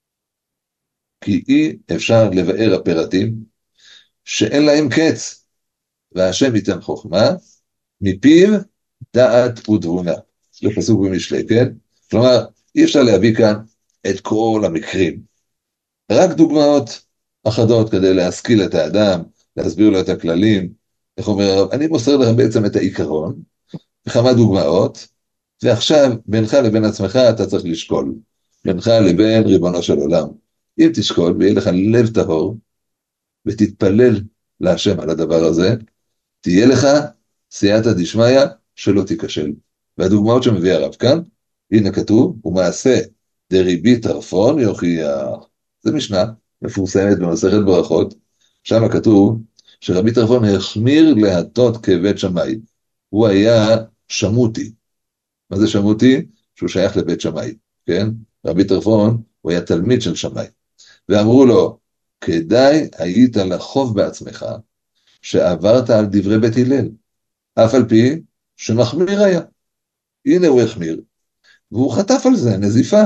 כי אי אפשר לבאר הפרטים שאין להם קץ, והשם ייתן חוכמה, מפיו דעת ודבונה. זה פסוק במשלי, כן? כלומר, אי אפשר להביא כאן את כל המקרים. רק דוגמאות אחדות כדי להשכיל את האדם, להסביר לו את הכללים. איך אומר הרב? אני מוסר לכם בעצם את העיקרון, וכמה דוגמאות, ועכשיו בינך לבין עצמך אתה צריך לשקול. בינך לבין ריבונו של עולם. אם תשקול ויהיה לך לב טהור, ותתפלל להשם על הדבר הזה, תהיה לך סייעתא דשמיא שלא תיכשל. והדוגמאות שמביא הרב כאן, הנה כתוב, ומעשה דריבי טרפון יוכיח. זה משנה מפורסמת במסכת ברכות, שם כתוב שרבי טרפון החמיר להטות כבית שמאי. הוא היה שמותי. מה זה שמותי? שהוא שייך לבית שמאי, כן? רבי טרפון הוא היה תלמיד של שמאי. ואמרו לו, כדאי היית לחוב בעצמך, שעברת על דברי בית הלל, אף על פי שמחמיר היה. הנה הוא החמיר, והוא חטף על זה, נזיפה.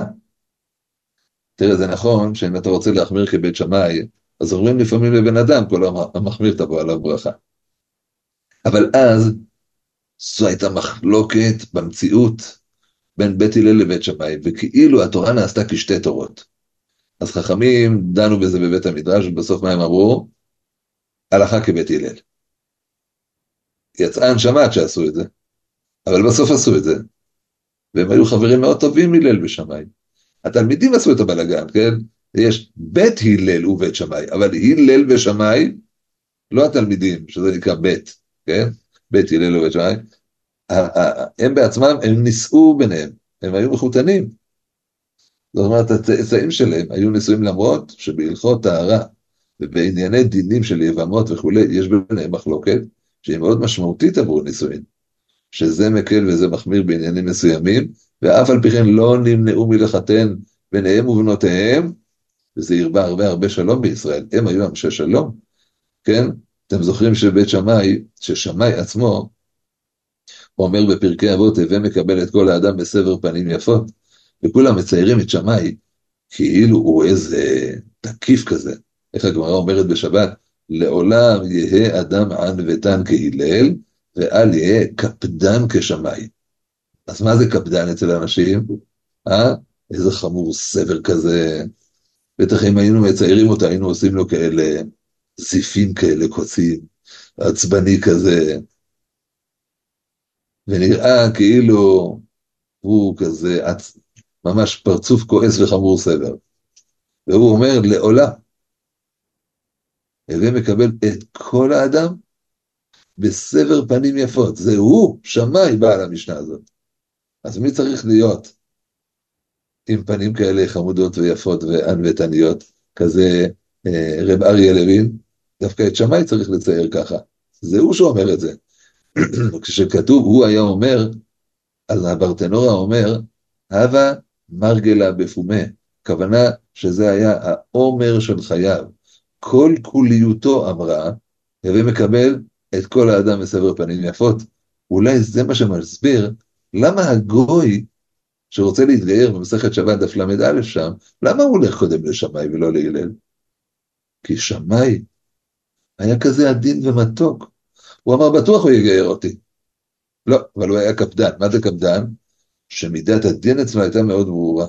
תראה, זה נכון שאם אתה רוצה להחמיר כבית שמאי, אז אומרים לפעמים לבן אדם, כל המחמיר תבוא עליו ברכה. אבל אז, זו הייתה מחלוקת במציאות בין בית הלל לבית שמאי, וכאילו התורה נעשתה כשתי תורות. אז חכמים דנו בזה בבית המדרש, ובסוף מה הם אמרו? הלכה כבית הלל. יצאה הנשמה שעשו את זה, אבל בסוף עשו את זה, והם היו חברים מאוד טובים הלל ושמאי. התלמידים עשו את הבלגן, כן? יש בית הלל ובית שמאי, אבל הלל ושמאי, לא התלמידים, שזה נקרא בית, כן? בית הלל ובית שמאי, הם בעצמם, הם נישאו ביניהם, הם היו מחותנים. זאת אומרת, הצאצאים שלהם היו נישואים למרות שבהלכות טהרה, ובענייני דינים של יבמות וכולי, יש ביניהם מחלוקת, שהיא מאוד משמעותית עבור נישואין, שזה מקל וזה מחמיר בעניינים מסוימים, ואף על פי כן לא נמנעו מלחתן ביניהם ובנותיהם, וזה ירבה הרבה הרבה שלום בישראל, הם היו אנשי שלום, כן? אתם זוכרים שבית שמאי, ששמאי עצמו, אומר בפרקי אבות, הווה מקבל את כל האדם בסבר פנים יפות, וכולם מציירים את שמאי, כאילו הוא איזה תקיף כזה. איך הגמרא אומרת בשבת? לעולם יהא אדם ענוותן כהלל, ואל יהא קפדן כשמאי. אז מה זה קפדן אצל האנשים? אה? איזה חמור סבר כזה. בטח אם היינו מציירים אותו, היינו עושים לו כאלה זיפים כאלה קוצים, עצבני כזה, ונראה כאילו הוא כזה עצ... ממש פרצוף כועס וחמור סבר. והוא אומר לעולם, הווה מקבל את כל האדם בסבר פנים יפות. זה הוא, שמאי, בעל המשנה הזאת. אז מי צריך להיות עם פנים כאלה חמודות ויפות וענוותניות, כזה אה, רב אריה לוין? דווקא את שמאי צריך לצייר ככה. זה הוא שאומר את זה. כשכתוב, הוא היה אומר, אז הברטנורה אומר, הווה מרגלה בפומה, כוונה שזה היה העומר של חייו. כל כוליותו אמרה, הווה מקבל את כל האדם בסבר פנים יפות. אולי זה מה שמסביר, למה הגוי שרוצה להתגייר במסכת שבת דף למד שם, למה הוא הולך קודם לשמאי ולא להלל? כי שמאי היה כזה עדין ומתוק. הוא אמר, בטוח הוא יגייר אותי. לא, אבל הוא היה קפדן. מה זה קפדן? שמידת הדין אצלו הייתה מאוד ברורה.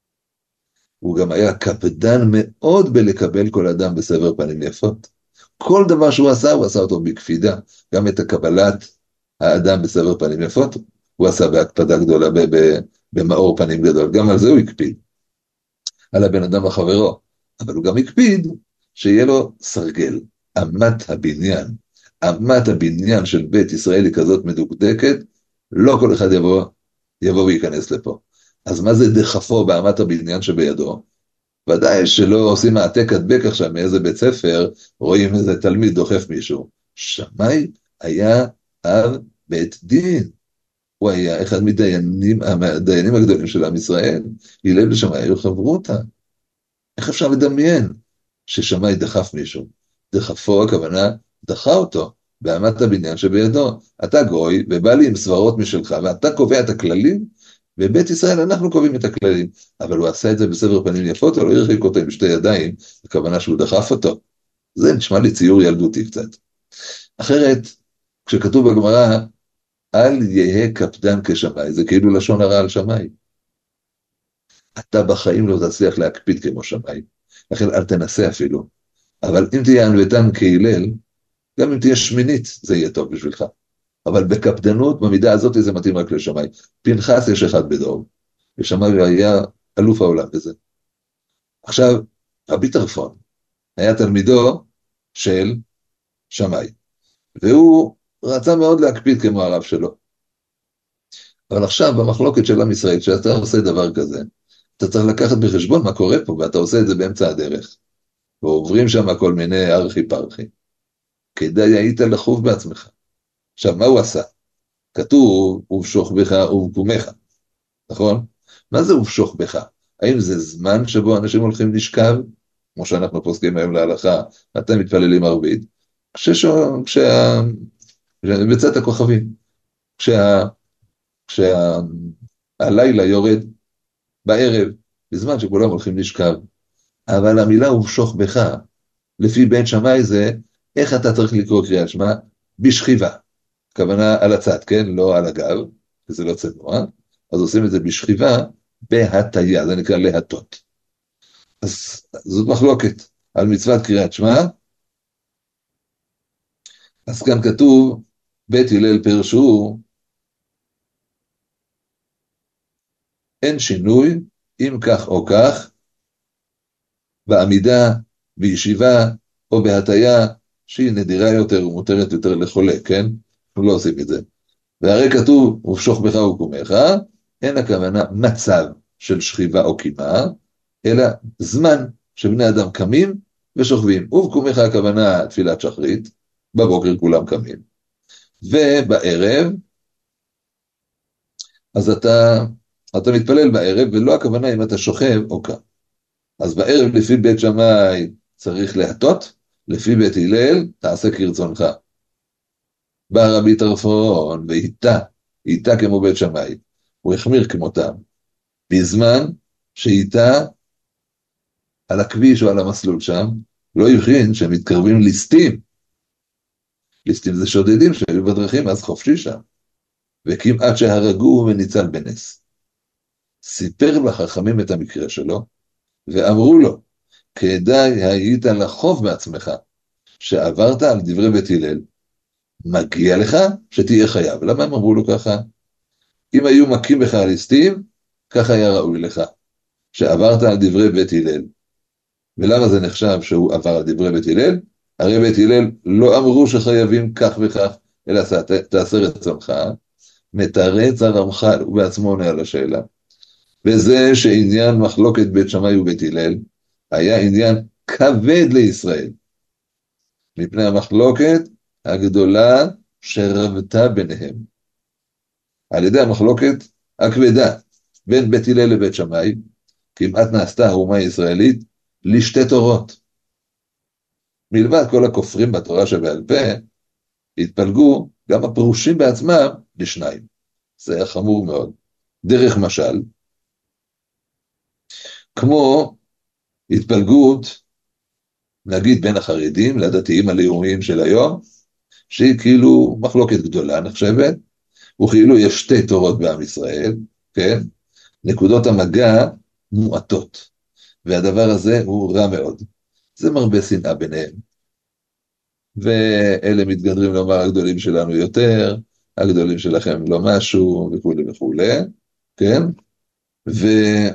הוא גם היה קפדן מאוד בלקבל כל אדם בסבר פנים יפות. כל דבר שהוא עשה, הוא עשה אותו בקפידה. גם את הקבלת האדם בסבר פנים יפות, הוא עשה בהקפדה גדולה, במאור פנים גדול. גם על זה הוא הקפיד. על הבן אדם החברו. אבל הוא גם הקפיד שיהיה לו סרגל. אמת הבניין. אמת הבניין של בית ישראל היא כזאת מדוקדקת, לא כל אחד יבוא, יבוא וייכנס לפה. אז מה זה דחפו באמת הבניין שבידו? ודאי שלא עושים העתק הדבק עכשיו מאיזה בית ספר, רואים איזה תלמיד דוחף מישהו. שמאי היה אב בית דין. הוא היה אחד מדיינים, הדיינים הגדולים של עם ישראל. הלל ושמאי היו חברותא. איך אפשר לדמיין ששמאי דחף מישהו? דחפו, הכוונה, דחה אותו, באמת הבניין שבידו. אתה גוי, ובא לי עם סברות משלך, ואתה קובע את הכללים, בבית ישראל אנחנו קובעים את הכללים. אבל הוא עשה את זה בסבר פנים יפות, או לא הרחיק אותו עם שתי ידיים, הכוונה שהוא דחף אותו. זה נשמע לי ציור ילדותי קצת. אחרת, כשכתוב בגמרא, אל יהא קפדן כשמאי, זה כאילו לשון הרע על שמאי. אתה בחיים לא תצליח להקפיד כמו שמאי, לכן אל תנסה אפילו. אבל אם תהיה ענוותן כהלל, גם אם תהיה שמינית, זה יהיה טוב בשבילך. אבל בקפדנות, במידה הזאת, זה מתאים רק לשמאי. פנחס יש אחד בדור, ושמאי היה אלוף העולם בזה. עכשיו, רבי טרפון היה תלמידו של שמאי, והוא רצה מאוד להקפיד כמו הרב שלו. אבל עכשיו, במחלוקת של עם ישראל, כשאתה עושה דבר כזה, אתה צריך לקחת בחשבון מה קורה פה, ואתה עושה את זה באמצע הדרך. ועוברים שם כל מיני ארכי פרחי. כדאי היית לחוב בעצמך. עכשיו, מה הוא עשה? כתוב, ובשוך בך ובקומך, נכון? מה זה ובשוך בך? האם זה זמן שבו אנשים הולכים לשכב? כמו שאנחנו פוסקים היום להלכה, אתם מתפללים ערבית, כששו, כשה... בצאת הכוכבים, כשה... כשהלילה יורד בערב, בזמן שכולם הולכים לשכב. אבל המילה ובשוך בך, לפי בית שמאי זה, איך אתה צריך לקרוא קריאת שמע? בשכיבה. הכוונה על הצד, כן? לא על הגב, כי זה לא צנוע. אז עושים את זה בשכיבה, בהטיה, זה נקרא להטות. אז זאת מחלוקת על מצוות קריאת שמע. אז כאן כתוב, בית הלל פרשו, אין שינוי, אם כך או כך, בעמידה, בישיבה, או בהטיה, שהיא נדירה יותר ומותרת יותר לחולה, כן? אנחנו לא עושים את זה. והרי כתוב, ובשוך בך וקומך, אין הכוונה מצב של שכיבה או קימה, אלא זמן שבני אדם קמים ושוכבים. ובקומך הכוונה תפילת שחרית, בבוקר כולם קמים. ובערב, אז אתה, אתה מתפלל בערב, ולא הכוונה אם אתה שוכב או קם. אז בערב לפי בית שמאי צריך להטות, לפי בית הלל, תעשה כרצונך. בא רבי טרפון והיטה, היטה כמו בית שמאי, הוא החמיר כמותם, בזמן שהיטה על הכביש או על המסלול שם, לא הבחין שהם מתקרבים ליסטים. ליסטים זה שודדים שהיו בדרכים, אז חופשי שם. וכמעט שהרגו וניצל בנס. סיפר לחכמים את המקרה שלו, ואמרו לו, כדאי היית לחוב בעצמך, שעברת על דברי בית הלל, מגיע לך שתהיה חייב. למה הם אמרו לו ככה? אם היו מכים בך הליסטים, ככה היה ראוי לך, שעברת על דברי בית הלל. ולמה זה נחשב שהוא עבר על דברי בית הלל? הרי בית הלל לא אמרו שחייבים כך וכך, אלא תעשה רצונך. מתרץ הרמח"ל, הוא בעצמו עונה על השאלה. וזה שעניין מחלוקת בית שמאי ובית הלל, היה עניין כבד לישראל, מפני המחלוקת הגדולה שרבתה ביניהם. על ידי המחלוקת הכבדה בין בית הלל לבית שמאי, כמעט נעשתה האומה הישראלית לשתי תורות. מלבד כל הכופרים בתורה שבעל פה, התפלגו גם הפירושים בעצמם לשניים. זה היה חמור מאוד. דרך משל, כמו התפלגות, נגיד בין החרדים לדתיים הלאומיים של היום, שהיא כאילו מחלוקת גדולה נחשבת, וכאילו יש שתי תורות בעם ישראל, כן? נקודות המגע מועטות, והדבר הזה הוא רע מאוד. זה מרבה שנאה ביניהם. ואלה מתגדרים לומר הגדולים שלנו יותר, הגדולים שלכם לא משהו, וכו' וכו', כן? ו...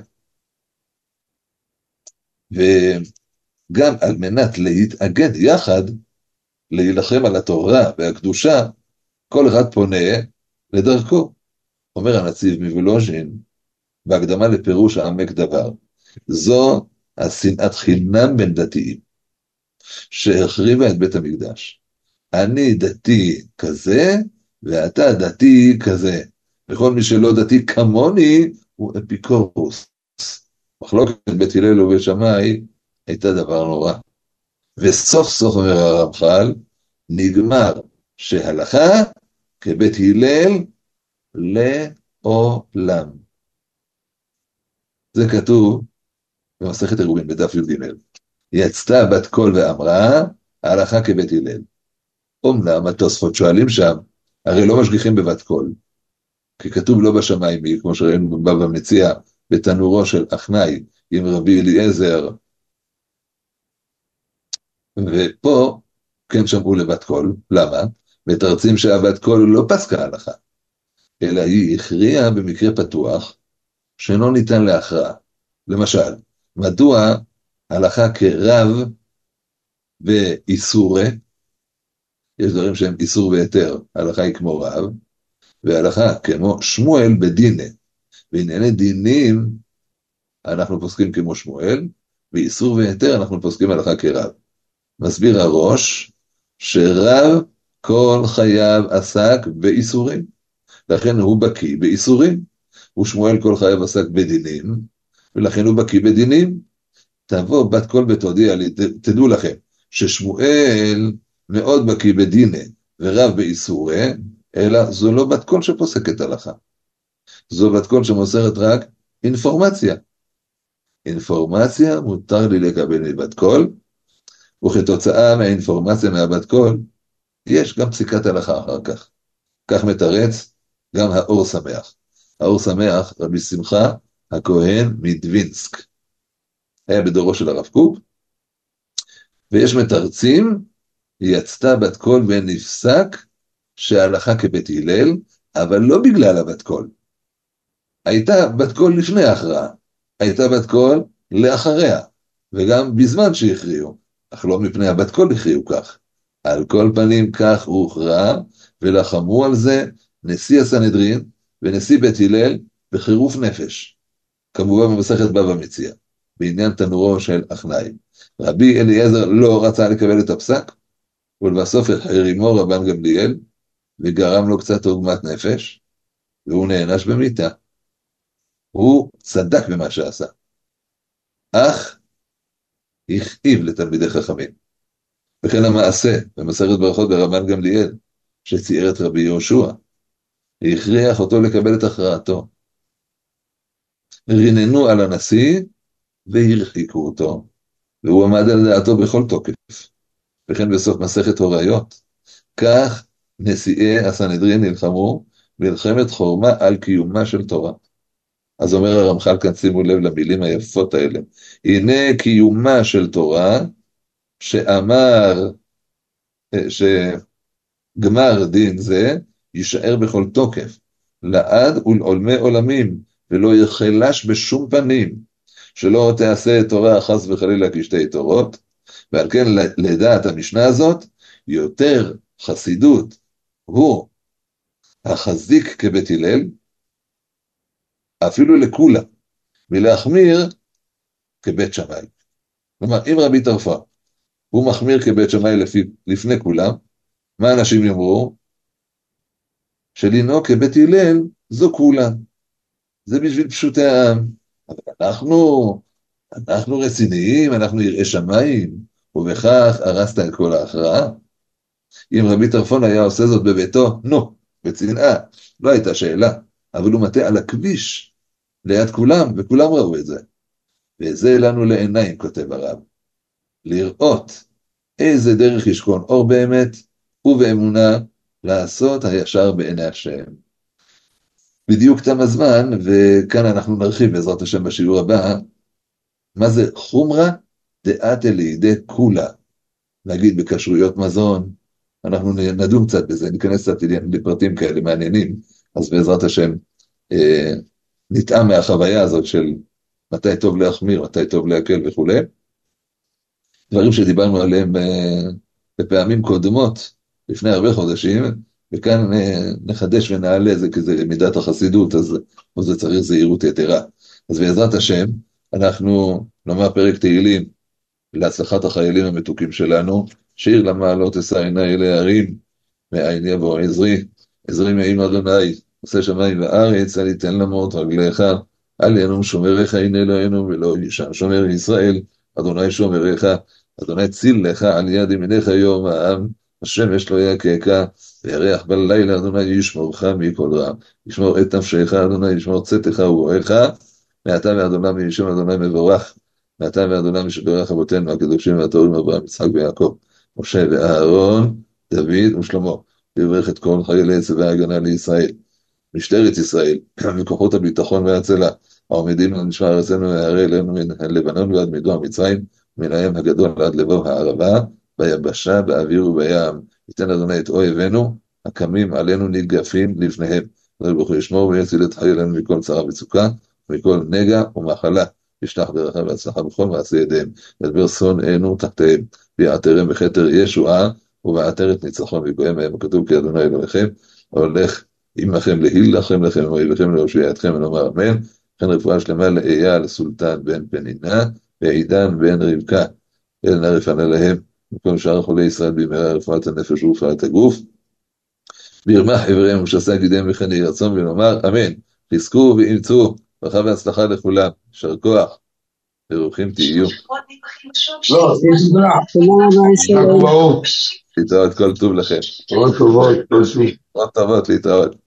וגם על מנת להתאגד יחד, להילחם על התורה והקדושה, כל אחד פונה לדרכו. אומר הנציב מוולוז'ין, בהקדמה לפירוש העמק דבר, זו השנאת חינם בין דתיים, שהחריבה את בית המקדש. אני דתי כזה, ואתה דתי כזה. וכל מי שלא דתי כמוני, הוא אפיקורוס. מחלוקת בית הלל ובית שמאי, הייתה דבר נורא. וסוף סוף אומר הרמח"ל, נגמר שהלכה כבית הלל לעולם. זה כתוב במסכת עירובין בדף י"ג. יצתה בת קול ואמרה, ההלכה כבית הלל. אומנם התוספות שואלים שם, הרי לא משגיחים בבת קול, כי כתוב לא בשמיים היא, כמו שראינו בבבא מציעא, בתנורו של אחנאי עם רבי אליעזר, ופה כן שמעו לבת קול. למה? מתרצים שהבת קול לא פסקה הלכה, אלא היא הכריעה במקרה פתוח, שאינו ניתן להכרעה. למשל, מדוע הלכה כרב ואיסורי, יש דברים שהם איסור והיתר, הלכה היא כמו רב, והלכה כמו שמואל בדיני. בענייני דינים אנחנו פוסקים כמו שמואל, ואיסור והיתר אנחנו פוסקים הלכה כרב. מסביר הראש שרב כל חייו עסק באיסורים, לכן הוא בקיא באיסורים, ושמואל כל חייו עסק בדינים, ולכן הוא בקיא בדינים. תבוא בת קול ותודיע לי, תדעו לכם, ששמואל מאוד בקיא בדיני ורב באיסורי, אלא זו לא בת קול שפוסקת הלכה. זו בת קול שמוסרת רק אינפורמציה. אינפורמציה מותר לי לקבל מבת קול, וכתוצאה מהאינפורמציה מהבת קול, יש גם פסיקת הלכה אחר כך. כך מתרץ גם האור שמח. האור שמח, רבי שמחה, הכהן מדווינסק. היה בדורו של הרב קוק, ויש מתרצים, יצתה בת קול ונפסק שההלכה כבית הלל, אבל לא בגלל הבת קול. הייתה בת קול לפני ההכרעה, הייתה בת קול לאחריה, וגם בזמן שהכריעו, אך לא מפני הבת קול הכריעו כך. על כל פנים כך הוכרע, ולחמו על זה נשיא הסנהדרין ונשיא בית הלל בחירוף נפש, כמובן במסכת בבא מציעא, בעניין תנורו של אחנאי. רבי אליעזר לא רצה לקבל את הפסק, ולבסוף החרימו רבן גמליאל, וגרם לו קצת עוגמת נפש, והוא נענש במיתה. הוא צדק במה שעשה, אך הכאיב לתלמידי חכמים. וכן המעשה במסכת ברכות ברבן גמליאל, שצייר את רבי יהושע, הכריח אותו לקבל את הכרעתו. ריננו על הנשיא והרחיקו אותו, והוא עמד על דעתו בכל תוקף. וכן בסוף מסכת הוריות, כך נשיאי הסנהדרין נלחמו מלחמת חורמה על קיומה של תורה. אז אומר הרמח"ל כאן, שימו לב למילים היפות האלה, הנה קיומה של תורה, שאמר שגמר דין זה יישאר בכל תוקף, לעד ולעולמי עולמים, ולא יחלש בשום פנים, שלא תעשה תורה חס וחלילה כשתי תורות. ועל כן לדעת המשנה הזאת, יותר חסידות הוא החזיק כבית הלל, אפילו לכולה, מלהחמיר כבית שמאי. כלומר, אם רבי טרפון הוא מחמיר כבית שמאי לפני כולם, מה אנשים יאמרו? שלנהוג כבית הלל זו כולה. זה בשביל פשוטי העם. אבל אנחנו, אנחנו רציניים, אנחנו יראי שמיים, ובכך הרסת את כל ההכרעה. אם רבי טרפון היה עושה זאת בביתו, נו, בצנעה, לא הייתה שאלה, אבל הוא מטה על הכביש ליד כולם, וכולם ראו את זה. וזה לנו לעיניים, כותב הרב, לראות איזה דרך ישכון אור באמת, ובאמונה לעשות הישר בעיני השם. בדיוק תם הזמן, וכאן אנחנו נרחיב בעזרת השם בשיעור הבא, מה זה חומרה דעתה לידי כולה, נגיד בכשרויות מזון, אנחנו נדון קצת בזה, ניכנס קצת לפרטים כאלה מעניינים, אז בעזרת השם אה, נטעם מהחוויה הזאת של מתי טוב להחמיר, מתי טוב להקל וכו'. דברים שדיברנו עליהם אה, בפעמים קודמות, לפני הרבה חודשים, וכאן אה, נחדש ונעלה זה כזה מידת החסידות, אז זה צריך זהירות יתרה. אז בעזרת השם, אנחנו נאמר פרק תהילים להצלחת החיילים המתוקים שלנו, שיר למעלות אשא עיני אל ההרים, מאין יבוא עזרי, עזרי מעם אדוני, עושה שמיים וארץ, אל יתן למות רגליך, אל ינום שומריך הנה אלוהינו, ולא יישן שומר ישראל, אדוני שומריך, אדוני ציל לך על יד ימינך יום העם, השמש לא יככה, וירח בלילה אדוני ישמורך מכל רע, ישמור את נפשך אדוני, ישמור צאתך ובואך, מעתה ואדוני משם אדוני מבורך, מעתה ואדוני משברך אבותינו הקדושים והטהורים אברהם יצחק ויעקב, משה ואהרון, דוד ושלמה, לברך את כל חיילי צבא ההגנה לישראל, משטרת ישראל, מכוחות הביטחון וההצלה, העומדים על משמר ארצנו מהרי אלינו מן לבנון ועד מדבר מצרים, מן הים הגדול עד לבוא הערבה, ביבשה, באוויר ובים. ייתן אדוני את אויבינו, הקמים עלינו ניגפים לפניהם. אדוני ברוך הוא ישמור ויציל את חיילינו מכל צרה וצוקה, ומכל נגע ומחלה. ישלח ברכה והצלחה בכל מעשי ידיהם, ידבר שונאינו תחתיהם, ויעטרם בכתר ישועה, ובעטרת ניצחון ויגוים מהם. כתוב כי אדוני אלוהיכם הולך עמכם להילחם לכם ואויביכם להושיע אתכם ונאמר אמן. וכן רפואה שלמה לאייל סולטן בן פנינה ועידן בן רבקה, אל נא רפאנה להם וכל שאר חולי ישראל במהרה רפואת הנפש ורפואת הגוף, בירמח איבריהם ושסה גידיהם וכן יהי רצון, ונאמר אמן. חזקו ואמצו, ברכה והצלחה לכולם, יישר כוח וברוכים תהיו. לא, יש ברח. להתראות, כל טוב לכם. טובות טובות, כל שני. טובות להתראות.